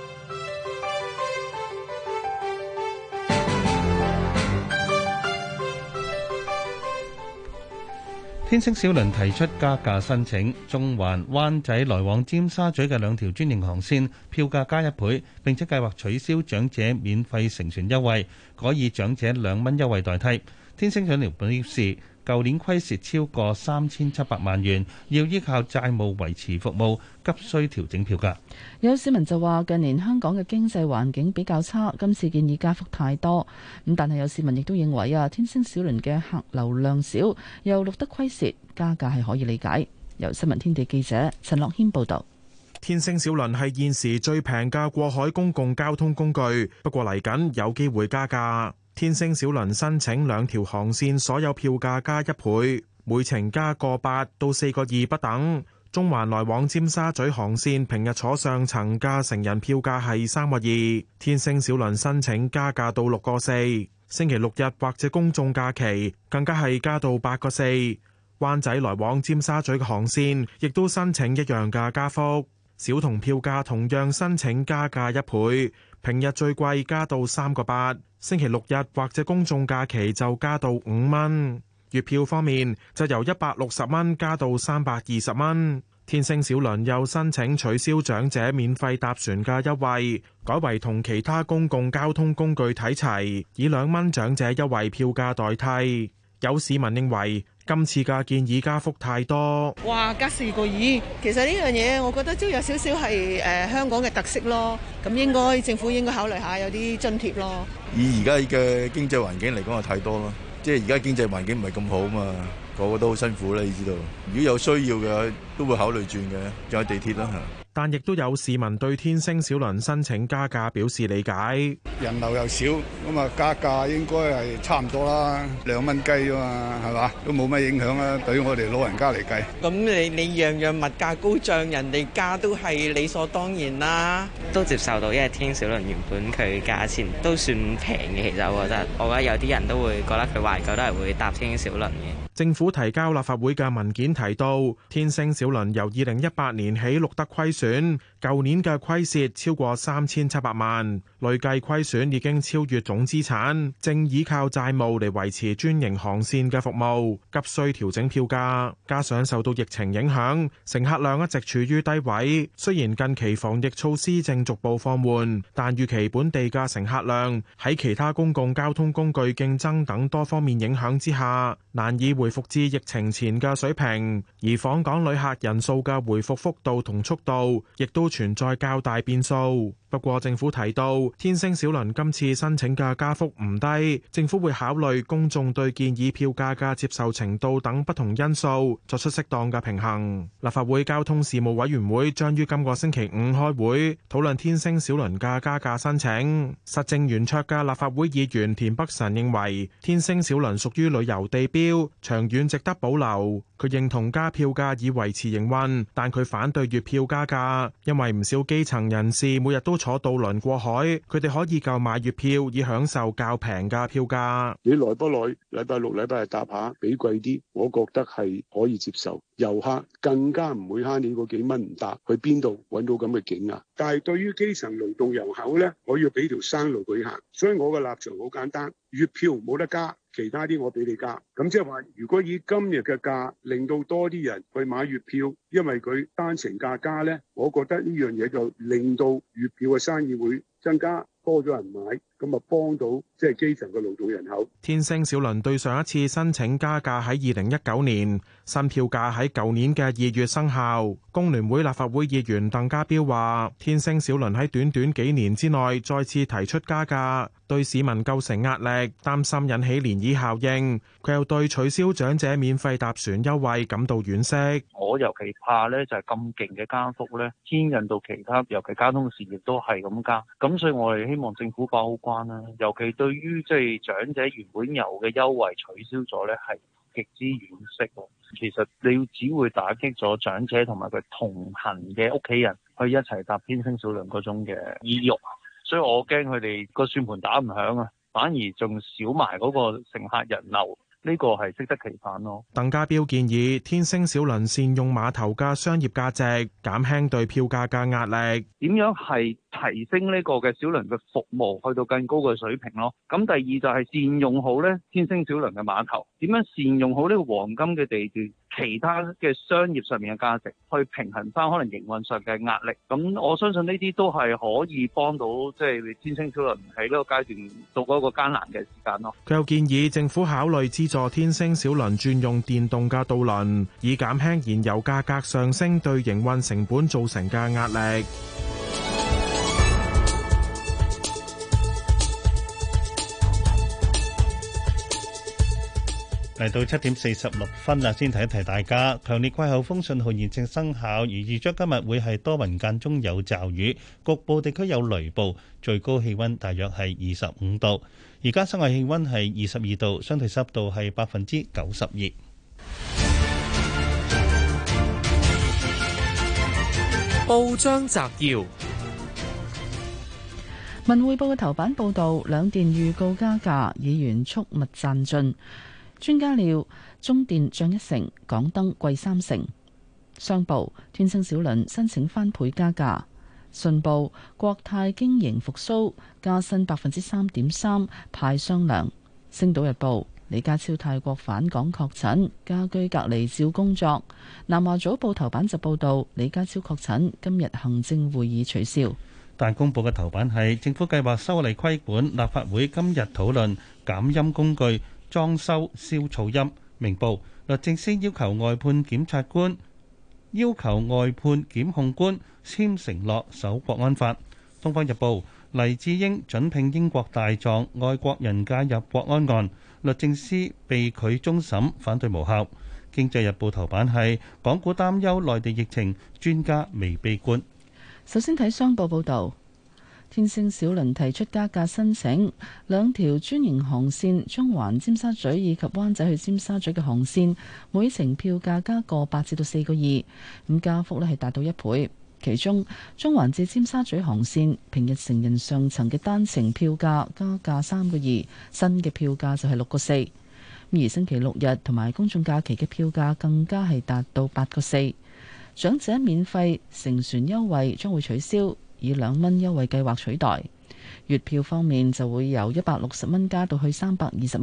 天星小輪提出加價申請，中環、灣仔來往尖沙咀嘅兩條專營航線票價加1倍，並且計劃取消長者免費乘船優惠，改以長者2蚊優惠代替。天星小輪表示，舊年虧蝕超過3700萬元，要依靠債務維持服務，急需調整票價。 有市民就話近年香港嘅經濟環境比較差，今次建議加幅太多。但係有市民亦都認為天星小輪嘅客流量少，又錄得虧蝕，加價係可以理解。由新聞天地記者陳樂軒報導。 天星小輪係現時最平嘅過海公共交通工具，不過嚟緊有機會加價。天星小輪申請2條航線所有票價加1倍，每程加個8到4個2不等。中環來往尖沙咀航線平日坐上層嘅成人票價係3個2，天星小輪申請加價到6個4，星期六日或者公眾假期更加係加到8個4。灣仔來往尖沙咀嘅航線亦都申請一樣嘅加幅，小童票價同樣申請加價1倍，平日最貴加到3個8，星期六日或者公眾假期就加到5蚊。月票方面就由160蚊加到320蚊。天星小輪又申請取消長者免費搭船嘅優惠，改為同其他公共交通工具睇齊，以2蚊長者優惠票價代替。有市民認為今次嘅建議加幅太多。 哇，加4個2，其實呢樣嘢我覺得都有少少係香港嘅特色咯。咁應該政府應該考慮下有啲津貼咯。 以而家嘅經濟環境嚟講，係太多咯。即係而家經濟環境唔係咁好嘛，個個都好辛苦啦，你知道。如果有需要嘅，都會考慮轉嘅，仲有地鐵啦。 但亦都有市民對天星小輪申請加價表示理解。 人流又少，咁啊加價應該係差唔多啦，2蚊雞啫嘛，係嘛？都冇乜影響啦，對於我哋老人家嚟計。 咁你樣樣物價高漲，人哋加都係理所當然啦。 都接受到，因為天星小輪原本佢價錢都算平嘅，其實我覺得有啲人都會覺得佢懷舊都係會搭天星小輪嘅。 政府提交立法會嘅文件提到，天星小輪由2018年起錄得虧損，舊年嘅虧蝕超過3700萬，累計虧損已經超越總資產，正依靠債務嚟維持專營航線嘅服務，急需調整票價。加上受到疫情影響，乘客量一直處於低位。雖然近期防疫措施正逐步放緩，但預期本地嘅乘客量喺其他公共交通工具競爭等多方面影響之下，難以回回復至疫情前嘅水平，而訪港旅客人數嘅回復幅度同速度亦都存在較大變數。不過政府提到，天星小輪今次申請嘅加幅唔低，政府會考慮公眾對建議票價嘅接受程度等不同因素，作出適當嘅平衡。立法會交通事務委員會將於今個星期五開會討論天星小輪嘅加價申請。實政圓桌嘅立法會議員田北辰認為，天星小輪屬於旅遊地標，長遠值得保留。佢認同加票價以維持營運，但佢反對月票加價，因為唔少基層人士每日都坐渡輪過海，佢哋可以購買月票以享受較平嘅票價。 你耐不耐？禮拜六、禮拜日搭下，俾貴啲，我覺得係可以接受。遊客更加唔會慳你嗰幾蚊唔搭，去邊度揾到咁嘅景啊？但係對於基層勞動人口呢，我要俾條生路佢行，所以我嘅立場好簡單，月票冇得加，其他啲我俾你加。咁即係話，如果以今日嘅價令到多啲人去買月票，因為佢單程價加呢，我覺得呢樣嘢就令到月票嘅生意會增加，多咗人買，咁啊幫到即係基層嘅勞動人口。 天星小輪對上一次申請加價喺2019年，新票價喺舊年嘅2月生效。工聯會立法會議員鄧家彪話，天星小輪喺短短幾年之內再次提出加價，對市民構成壓力，擔心引起漣漪效應。佢又對取消長者免費搭船優惠感到惋惜。 我尤其怕呢就係咁勁嘅加幅呢，牽引到其他尤其交通事業都係咁加，咁所以我哋希望政府把好關啦。尤其對於即係長者原本有嘅優惠取消咗呢，係極之惋惜。其實你只會打擊咗長者同埋佢同行嘅屋企人去一齊搭天星小輪嗰種嘅意欲，所以我驚佢哋個算盤打唔響啊，反而仲少埋嗰個乘客人流。呢個係適得其反咯。 鄧家彪建議天星小輪善用碼頭嘅商業價值，減輕對票價嘅壓力。 點樣係提升呢個嘅小輪嘅服務去到更高嘅水平咯？咁第二就係善用好咧天星小輪嘅碼頭，點樣善用好呢個黃金嘅地段，其他嘅商業上面嘅價值，去平衡翻可能營運上嘅壓力。咁我相信呢啲都係可以幫到即係天星小輪喺呢個階段到嗰個艱難嘅時間咯。 佢又建議政府考慮資助天星小輪轉用電動嘅渡輪，以減輕燃油價格上升對營運成本造成嘅壓力。 嚟到7:46啦，先提一提大家，強烈季候風信號現正生效，而預測今日會係多雲間中有驟雨，局部地區有雷暴，最高氣溫大約係25度。而家室外氣溫係22度，相對濕度係92%。 報章摘要： 文匯報嘅頭版報導，兩電預告加價，議員促勿賺盡。專家料中電漲1成，港燈貴3成。商報天星小輪申請翻倍加價。信報國泰經營復甦，加薪3.3%派雙糧。星島日報李家超泰國返港確診，家居隔離照工作。南華早報頭版就報導李家超確診，今日行政會議取消。 大公報嘅頭版係政府計劃修例規管，立法會今日討論減音工具裝修消噪音。明報律政司要求外判檢控官簽承諾守國安法。東方日報黎智英準聘英國大狀，外國人介入國安案，律政司被拒終審，反對無效。經濟日報頭版係港股擔憂內地疫情，專家未悲觀。 首先睇商報報導。天星小輪提出加價申請，兩條專營航線中環尖沙咀以及灣仔去尖沙咀嘅航線，每程票價加個8至到4個2，咁加幅係達到1倍。其中中環至尖沙咀航線平日成人上層嘅單程票價加價3個2，新嘅票價就係6個4。而星期六日同埋公眾假期嘅票價更加係達到8個4。長者免費乘船優惠將會取消，以2蚊優惠計劃取代。月票方面就會由160蚊加到去320蚊。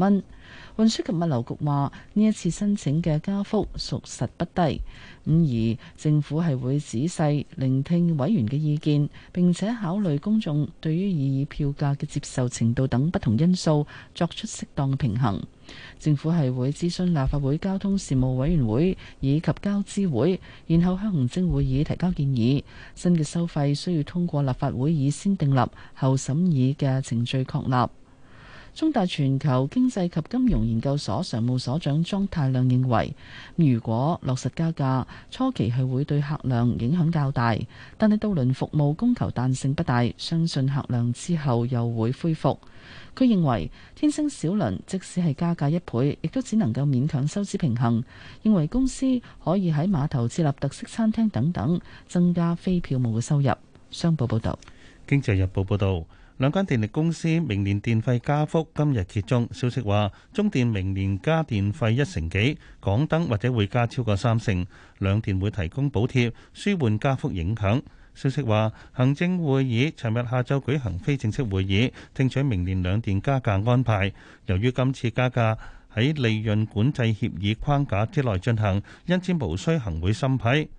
運輸及物流局話，呢一次申請嘅加幅屬實不低，而政府係會仔細聆聽委員嘅意見，並且考慮公眾對於擬議票價嘅接受程度等不同因素，作出適當嘅平衡。政府係會諮詢立法會交通事務委員會以及交諮會，然後向行政會議提交建議。新嘅收費需要通過立法會以先訂立後審議嘅程序確立。中大全球經濟及金融研究所常務所長莊太量認為，如果落實加價，初期係會對客量影響較大，但係渡輪服務供求彈性不大，相信客量之後又會恢復。佢認為天星小輪即使係加價1倍，亦都只能夠勉強收支平衡。認為公司可以喺碼頭設立特色餐廳等等，增加非票務嘅收入。商報報導， 《經濟日報》報導，兩間電力公司明年電費加幅今日揭盅。消息話，中電明年加電費1成幾，港燈或者會加超過3成，兩電會提供補貼，舒緩加幅影響。消息話，行政會議尋日下晝舉行非正式會議，聽取明年兩電加價安排。由於今次加價喺利潤管制協議框架之內進行，因此無需行會審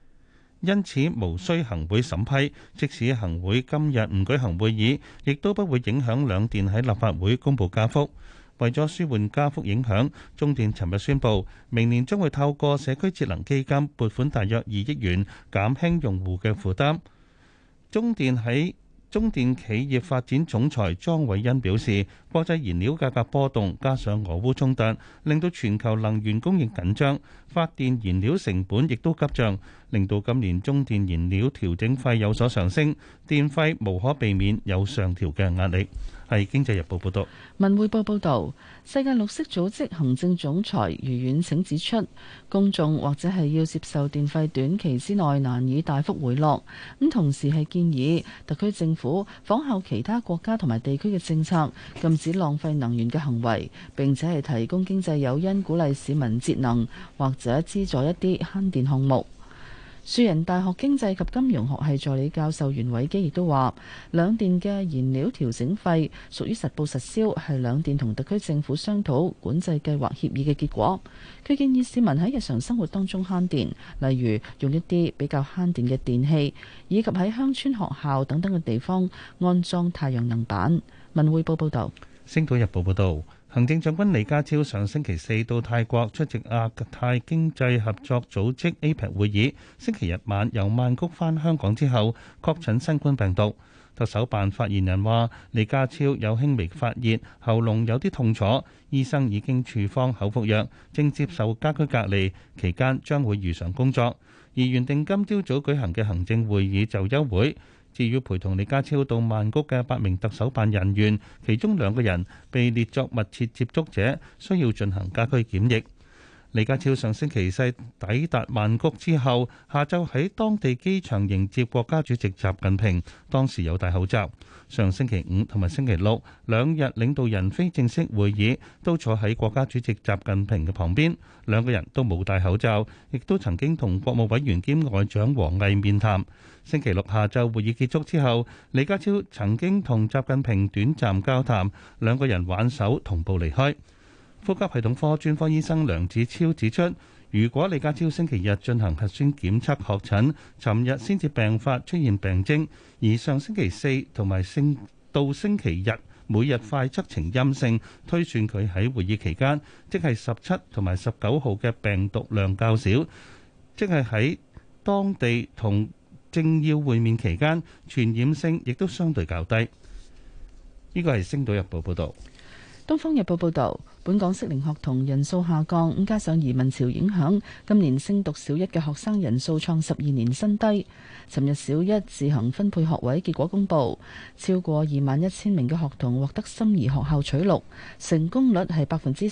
批。即使行會今日唔舉行會議，亦都不會影響兩電喺立法會公佈加幅。為咗舒緩加幅影響，中電尋日宣布，明年將會透過社區節能基金撥款大約2億元，減輕用戶嘅負擔。中電企業發展總裁莊偉欣表示，國際燃料價格波動，加上俄烏衝突，令到全球能源供應緊張，發電燃料成本亦都急漲，令到今年中電燃料調整費有所上升，電費無可避免有上調嘅壓力。係《經濟日報》報道。 文匯報報道，世界綠色組織行政總裁余遠騁指出，公眾或者係要接受電費短期之內難以大幅回落，咁同時係建議特區政府仿效其他國家同埋地區嘅政策，禁止浪費能源嘅行為，並且係提供經濟誘因鼓勵市民節能，或者資助一啲慳電項目。樹仁大學經濟及金融學系助理教授袁偉基亦都話，兩電嘅燃料調整費屬於實報實銷，係兩電同特區政府商討管制計劃協議嘅結果。佢建議市民喺日常生活當中慳電，例如用一啲比較慳電嘅電器，以及喺鄉村學校等等嘅地方安裝太陽能板。文匯報報道。 星島日報報道，行政長官李家超上星期4到泰國出席亞太經濟合作組織 APEC 會議，星期日晚由曼谷返香港之後確診新冠病毒。特首辦發言人話，李家超有輕微發熱，喉嚨有啲痛楚，醫生已經處方口服藥，正接受家居隔離，期間將會如常工作。而原定今朝早舉行嘅行政會議就休會。至於陪同李家超到曼谷嘅8名特首辦人員，其中2個人被列作密切接觸者，需要進行家居檢疫。李家超上星期4抵達曼谷之後，下晝喺當地機場迎接國家主席習近平，當時有戴口罩。上星期5同埋星期6兩日領導人非正式會議都坐喺國家主席習近平嘅旁邊，2個人都冇戴口罩，亦都曾經同國務委員兼外長王毅面談。星期6下晝會議結束之後，李家超曾經同習近平短暫交談，2個人挽手同步離開。呼吸系統科專科醫生梁子超指出，如果李家超星期日進行核酸檢測確診，尋日先至病發出現病徵，而上星期4同埋到星期日每日快測呈陰性，推算佢喺會議期間，即係17同埋19號嘅病毒量較少，即係喺當地同政要會面期間，傳染性亦都相對較低。呢個係《星島日報》報導。 《東方日報》報導，本港適齡學童人數下降，咁加上移民潮影響，今年升讀小一嘅學生人數創12年新低。尋日小一自行分配學位結果公佈，超過21,000名嘅學童獲得心儀學校取錄，成功率係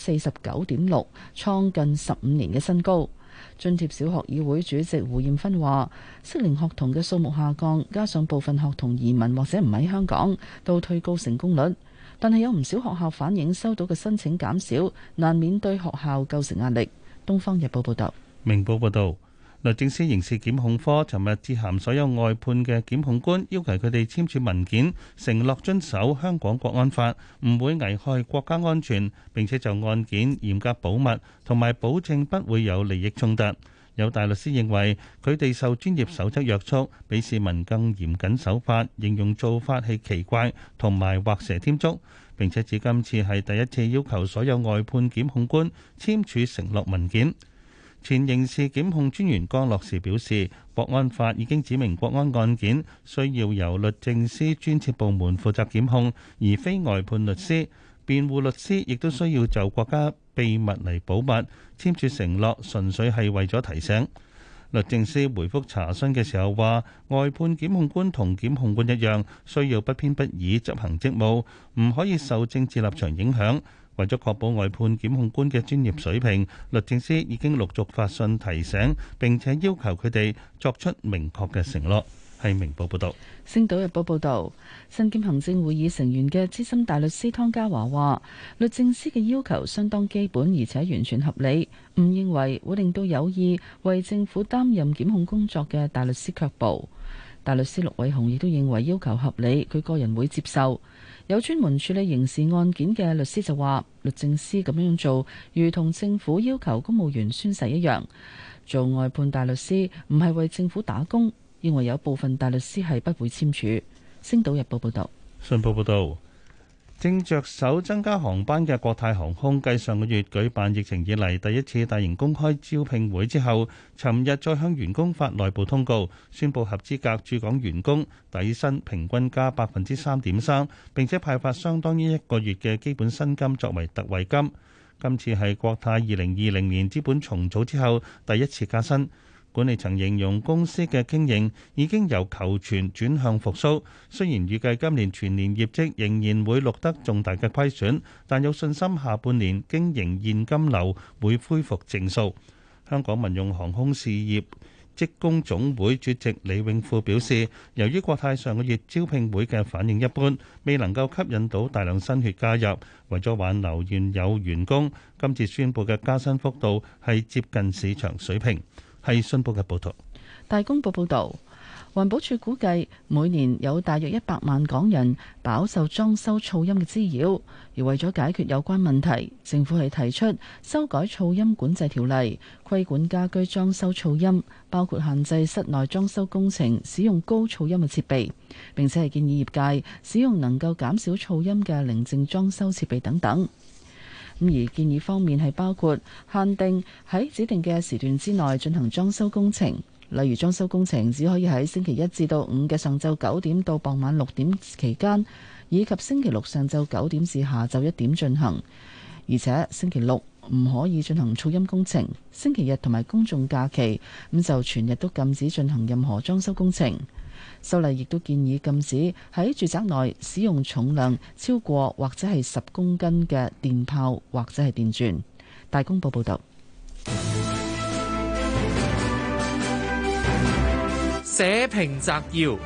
49.6%，創近15年嘅新高。津貼小學議會主席胡艷芬話，適齡學童嘅數目下降，加上部分學童移民或者唔喺香港，都推高成功率。但係有唔少學校反映收到嘅申請減少，難免對學校構成壓力。《東方日報》報道。 明報報道， 律政司刑事檢控科尋日致函所有外判嘅檢控官，要求佢哋簽署文件，承諾遵守香港國安法，唔會危害國家安全，並且就案件嚴格保密，同埋保證不會有利益衝突。有大律師認為佢哋受專業守則約束，比市民更嚴謹守法，形容做法係奇怪同埋畫蛇添足。並且指今次係第一次要求所有外判檢控官簽署承諾文件。前刑事檢控專員江樂士表示，國安法已經指明國安案件需要由律政司專設部門負責檢控，而非外判律師。辯護律師亦都需要就國家秘密嚟保密，簽署承諾純粹係為咗提醒。律政司回覆查詢嘅時候話，外判檢控官同檢控官一樣，需要不偏不倚執行職務，唔可以受政治立場影響。為咗確保外判檢控官嘅專業水平，律政司已經陸續發信提醒，並且要求佢哋作出明確嘅承諾。係明報報道。 星島日報報道，身兼行政會議成員嘅資深大律師湯家驊話，律政司嘅要求相當基本，而且完全合理，唔認為會令到有意為政府擔任檢控工作嘅大律師卻步。大律師陸偉雄亦都認為要求合理，佢個人會接受。有專門處理刑事案件嘅律師就話，律政司咁樣做，如同政府要求公務員宣誓一樣。做外判大律師唔係為政府打工，認為有部分大律師係不會簽署。星島日報報道。 信報報導。正着手增加航班嘅國泰航空，繼上個月舉辦疫情以嚟第一次大型公開招聘會之後，尋日再向員工發內部通告，宣布合資格駐港員工底薪平均加3.3%，並且派發相當於1個月嘅基本薪金作為特惠金。今次係國泰2020年資本重組之後第一次加薪。管理層形容公司嘅經營已經由求存轉向復甦，雖然預計今年全年業績仍然會錄得重大嘅虧損，但有信心下半年經營現金流會恢復正數。香港民用航空事業職工總會主席李永富表示，由於國泰上個月招聘會嘅反應一般，未能夠吸引到大量新血加入，為咗挽留現有員工，今次宣布嘅加薪幅度係接近市場水平。係信報嘅報導。 大公報報導，環保署估計每年有大約100萬港人飽受裝修噪音嘅滋擾，而為咗解決有關問題，政府係提出修改噪音管制條例，規管家居裝修噪音，包括限制室內裝修工程使用高噪音嘅設備，並且係建議業界使用能夠減少噪音嘅寧靜裝修設備等等。而建議方面係包括限定喺指定嘅時段之內進行裝修工程，例如裝修工程只可以喺星期1至到5嘅上晝9點到傍晚6點期間，以及星期6上晝9點至下晝1點進行，而且星期6唔可以進行噪音工程，星期日同埋公眾假期就全日都禁止進行任何裝修工程。修例亦都建議禁止喺住宅內使用重量超過或者係10公斤嘅電炮或者係電鑽。大公報報道。 社評摘要。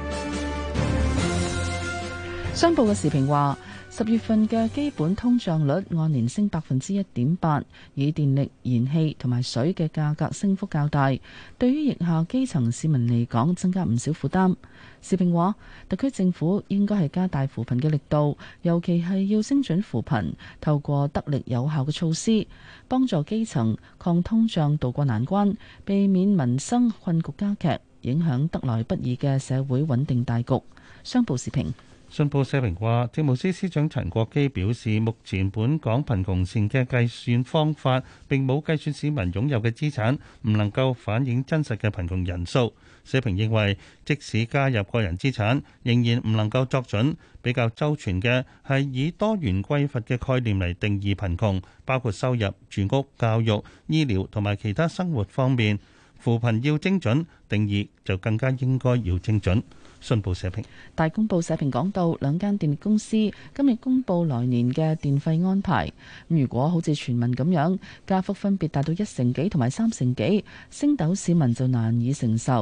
商報嘅時評話，10月份嘅基本通脹率按年升1.8%，以電力、燃氣同埋水嘅價格升幅較大，對於疫下基層市民嚟講增加唔少負擔。時評話，特區政府應該係加大扶貧嘅力度，尤其係要精準扶貧，透過得力有效嘅措施，幫助基層抗通脹渡過難關，避免民生困局加劇，影響得來不易嘅社會穩定大局。商報時評。 信報社評話，政務司司長陳國基表示，目前本港貧窮線嘅計算方法並冇計算市民擁有嘅資產，唔能夠反映真實嘅貧窮人數。社評認為，即使加入個人資產，仍然唔能夠作準。比較周全嘅係以多元匱乏嘅概念嚟定義貧窮，包括收入、住屋、教育、醫療同埋其他生活方面。扶貧要精準，定義就更加應該要精準。信報社評。 大公報社評講到，兩間電力公司今日公布來年嘅電費安排。如果好似傳聞咁樣，加幅分別達到1成幾同埋3成幾，星斗市民就難以承受。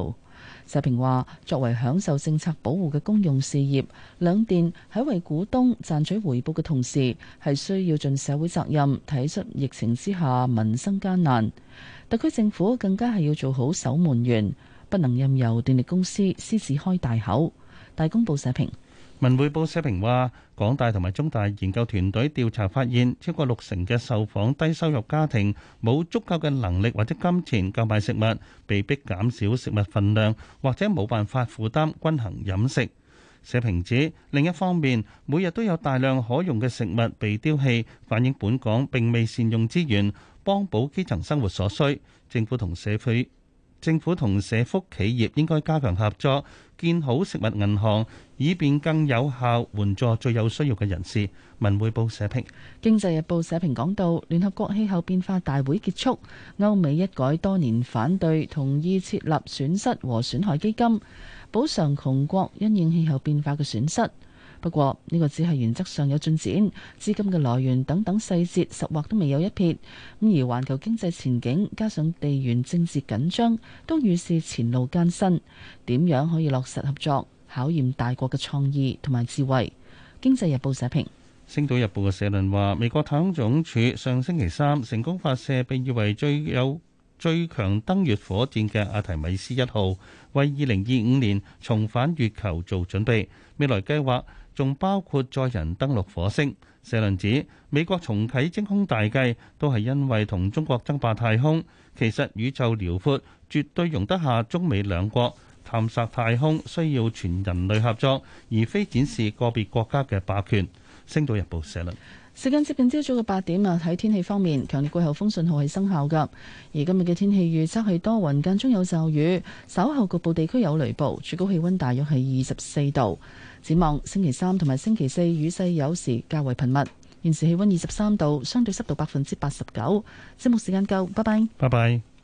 社評話，作為享受政策保護嘅公用事業，兩電喺為股東賺取回報嘅同時，係需要盡社會責任，體恤疫情之下民生艱難。特區政府更加係要做好守門員，不能任由電力公司獅子開大口。大公報社評。 文匯報社評話，港大同埋中大研究團隊調查發現，超過60%嘅受訪低收入家庭冇足夠嘅能力或者金錢購買食物，被迫減少食物分量，或者冇辦法負擔均衡飲食。社評指，另一方面，每日都有大量可用嘅食物被丟棄，反映本港並未善用資源，幫補基層生活所需。政府同社福企業應該加強合作，建好食物銀行，以便更有效援助最有需要嘅人士。文匯報社評。 經濟日報社評講到，聯合國氣候變化大會結束，歐美一改多年反對，同意設立損失和損害基金，補償窮國因應氣候變化嘅損失。不過呢個只係原則上有進展，資金嘅來源等等細節實劃都未有一撇。咁而環球經濟前景加上地緣政治緊張，都預示前路艱辛。點樣可以落實合作，考驗大國嘅創意同埋智慧。經濟日報社評。 星島日報嘅社論話，美國太空總署上星期三成功發射被譽為最強登月火箭嘅阿提米斯1號，為2025年重返月球做準備。未來計劃仲包括載人登陸火星。社論指美國重啟征空大計都係因為同中國爭霸太空，其實宇宙遼闊，絕對容得下中美兩國探索太空，需要全人類合作，而非展示個別國家嘅霸權。星島日報社論。 時間接近朝早嘅8點啊，喺天氣方面，強烈季候風信號係生效㗎。而今日嘅天氣預測係多雲間中有驟雨，稍後局部地區有雷暴，最高氣溫大約係24度。展望星期三同埋星期四雨勢有時較為頻密。現時氣溫23度，相對濕度89%。節目時間夠，拜拜。 拜拜。